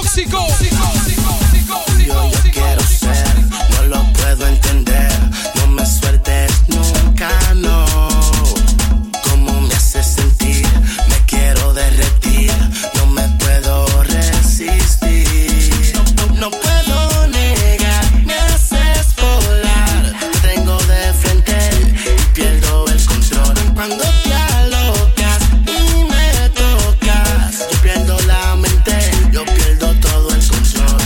Tóxico. Yo quiero ser, no lo puedo entender. No me sueltes nunca, no. ¿Cómo me haces sentir? Me quiero derretir, no me puedo resistir. No puedo negar, me haces volar. Te tengo de frente y pierdo el control. Cuando te alocas y me tocas, yo pierdo la mente, yo pierdo todo el control.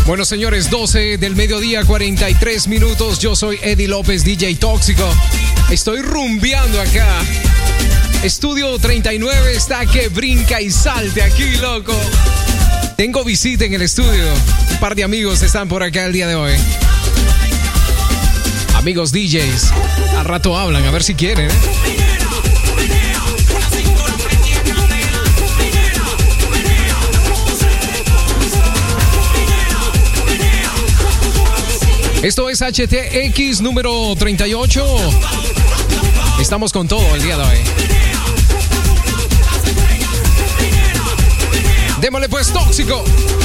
Bueno, señores, 12 del mediodía, 43 minutos. Yo soy Eddie López, DJ Tóxico. Estoy rumbeando acá. Estudio 39 está que brinca y salte aquí, loco. Tengo visita en el estudio. Un par de amigos están por acá el día de hoy. Amigos DJs. Al rato hablan, a ver si quieren, Esto es HTX número 38. Estamos con todo el día de hoy. Démosle pues, Tóxico.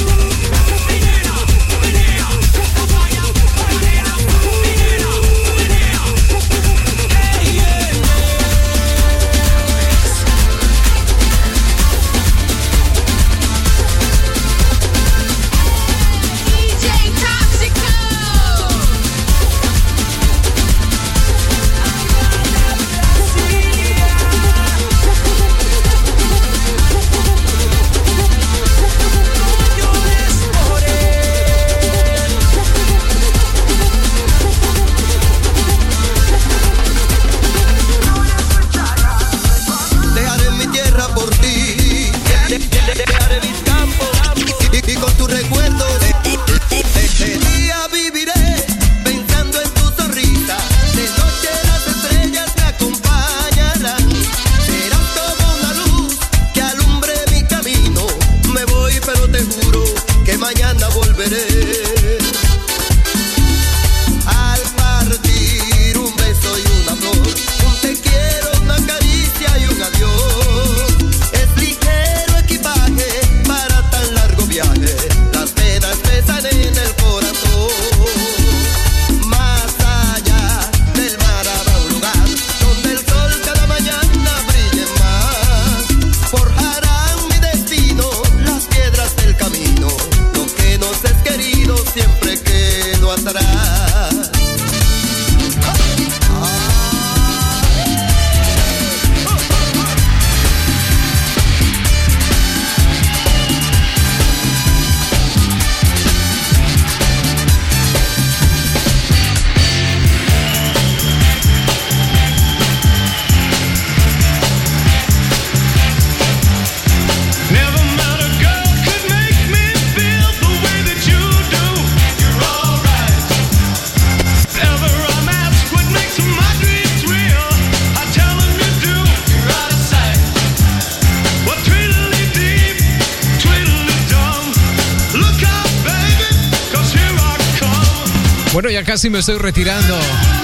Bueno, ya casi me estoy retirando.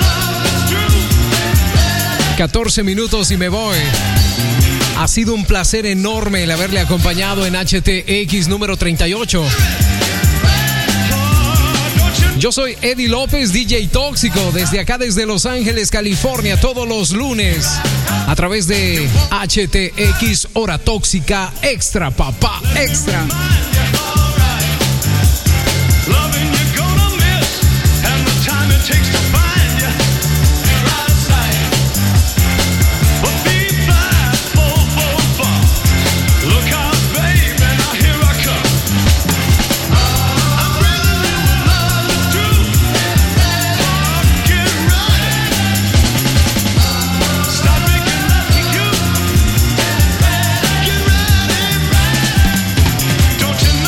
14 minutos y me voy. Ha sido un placer enorme el haberle acompañado en HTX número 38. Yo soy Eddie López, DJ Tóxico, desde acá, desde Los Ángeles, California, todos los lunes, a través de HTX Hora Tóxica Extra, papá, extra. Don't you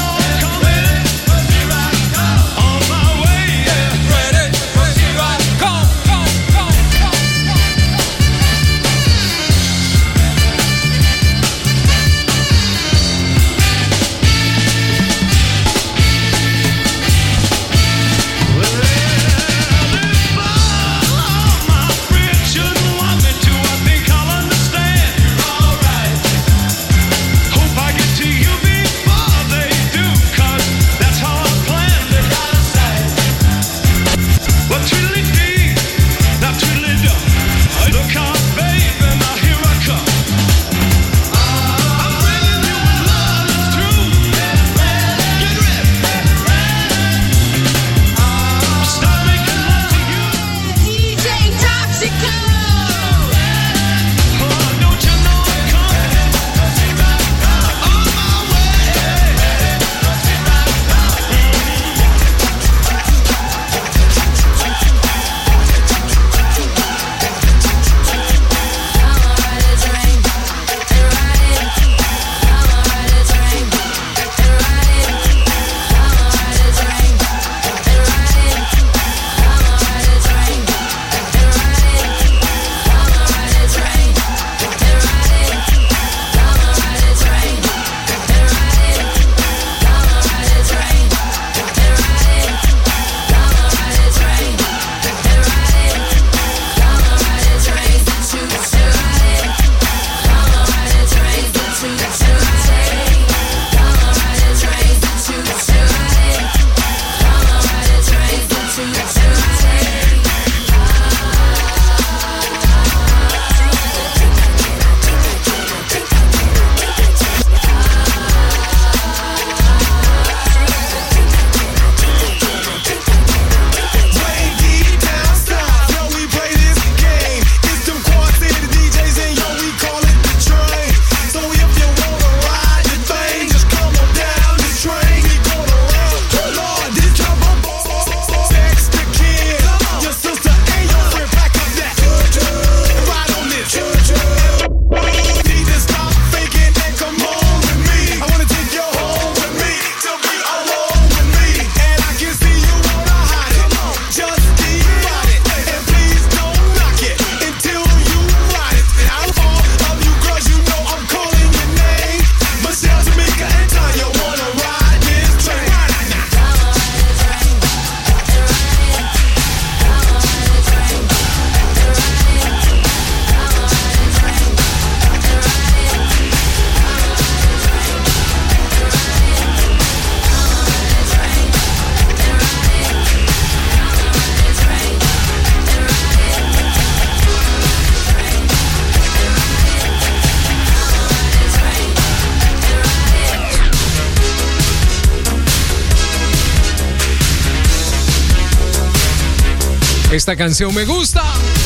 Esta canción me gusta.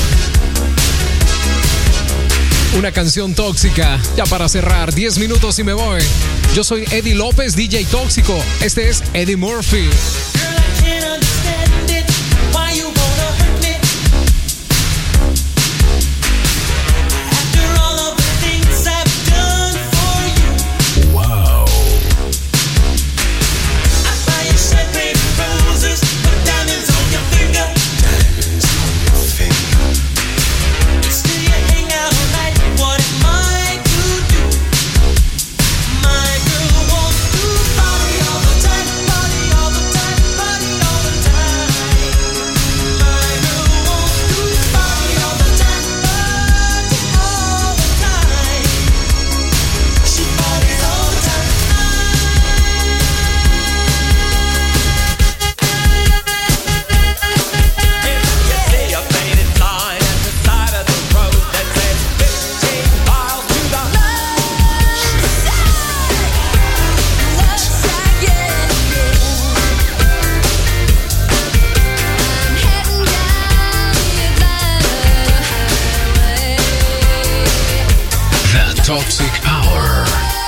Una canción tóxica. Ya para cerrar, 10 minutos y me voy. Yo soy Eddie López, DJ Tóxico. Este es Eddie Murphy. Toxic Hour.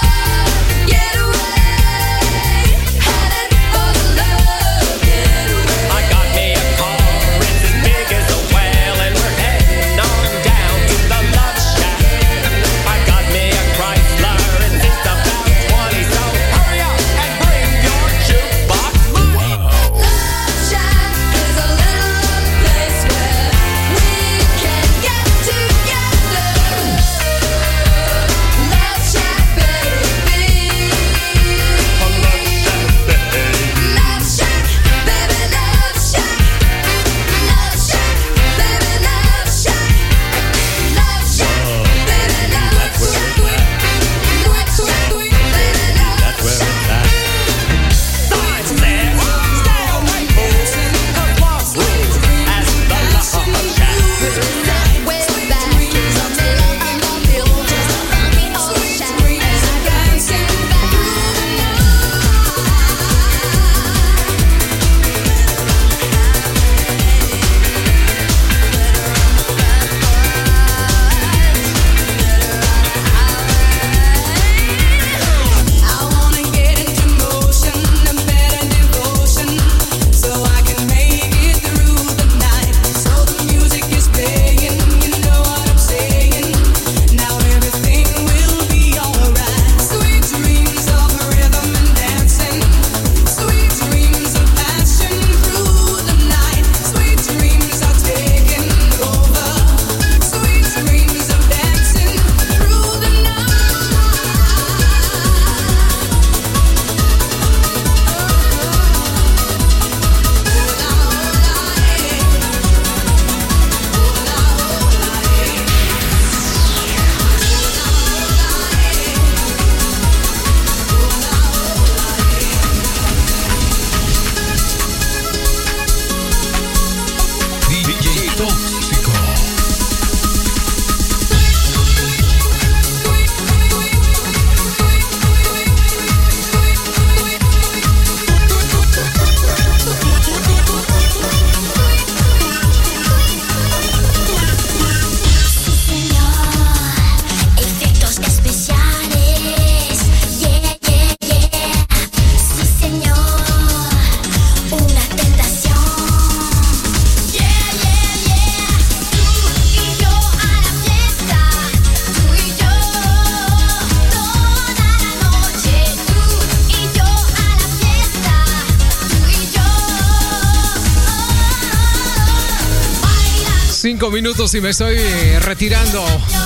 Minutos y me estoy retirando.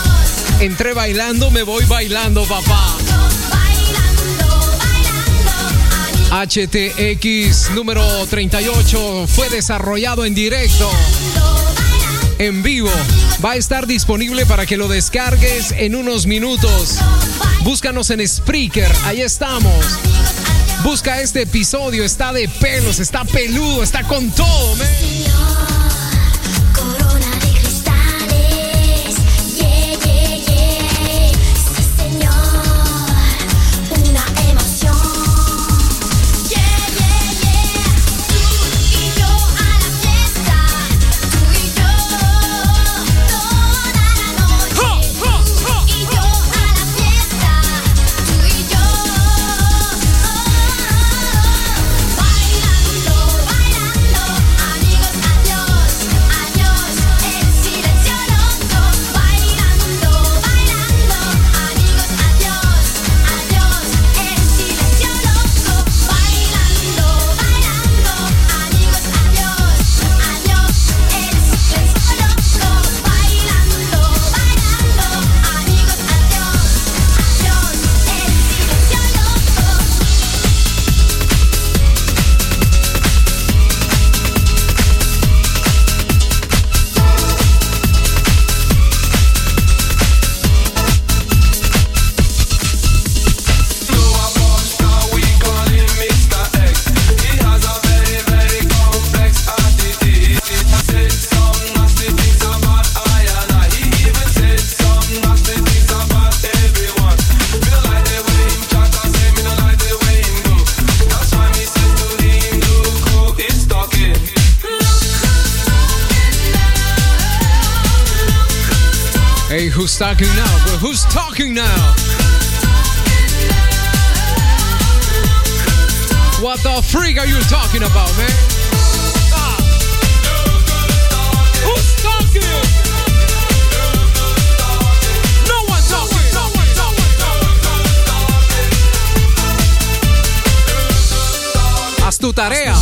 Entré bailando, me voy bailando, papá. HTX número 38 fue desarrollado en directo, en vivo. Va a estar disponible para que lo descargues en unos minutos. Búscanos en Spreaker, ahí estamos. Busca este episodio, está de pelos, está peludo, está con todo, man. talking now? Well, who's talking now? What the freak are you talking about, man? Who's talking? No one talking. Haz tu tarea.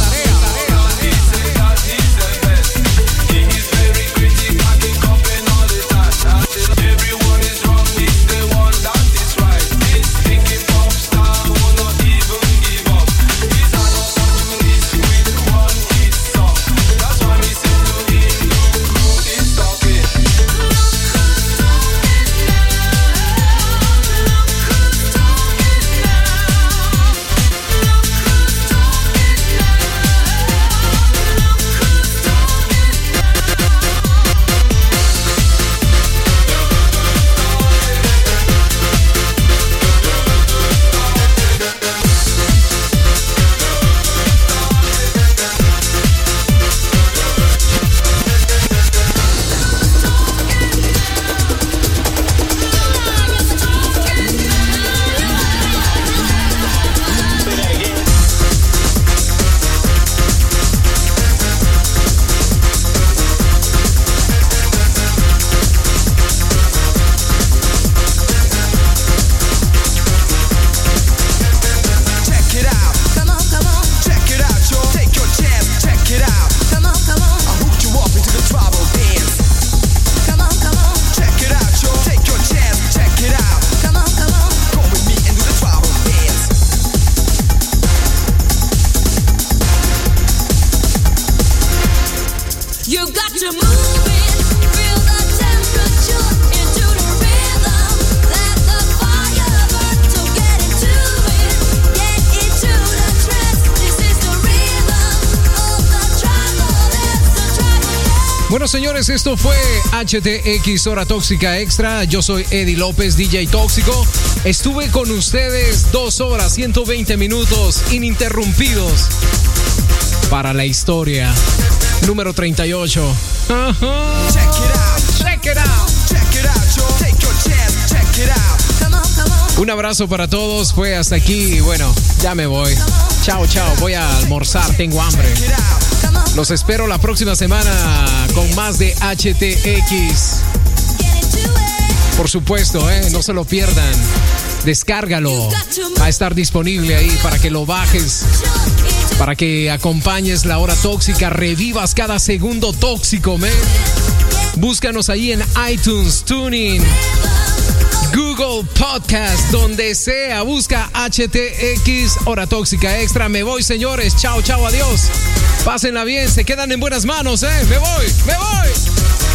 Bueno, señores, esto fue HTX Hora Tóxica Extra. Yo soy Eddie López, DJ Tóxico. Estuve con ustedes 2 horas, 120 minutos ininterrumpidos para la historia. Número 38. Check it out. Un abrazo para todos. Fue hasta aquí. Bueno, ya me voy. Chao, chao. Voy a almorzar. Tengo hambre. Los espero la próxima semana con más de HTX. Por supuesto, no se lo pierdan. Descárgalo. Va a estar disponible ahí para que lo bajes, para que acompañes la hora tóxica, revivas cada segundo tóxico, man. Búscanos ahí en iTunes, TuneIn, Google Podcast, donde sea. Busca HTX Hora Tóxica Extra. Me voy, señores. Chao, chao, adiós. Pásenla bien, se quedan en buenas manos, Me voy.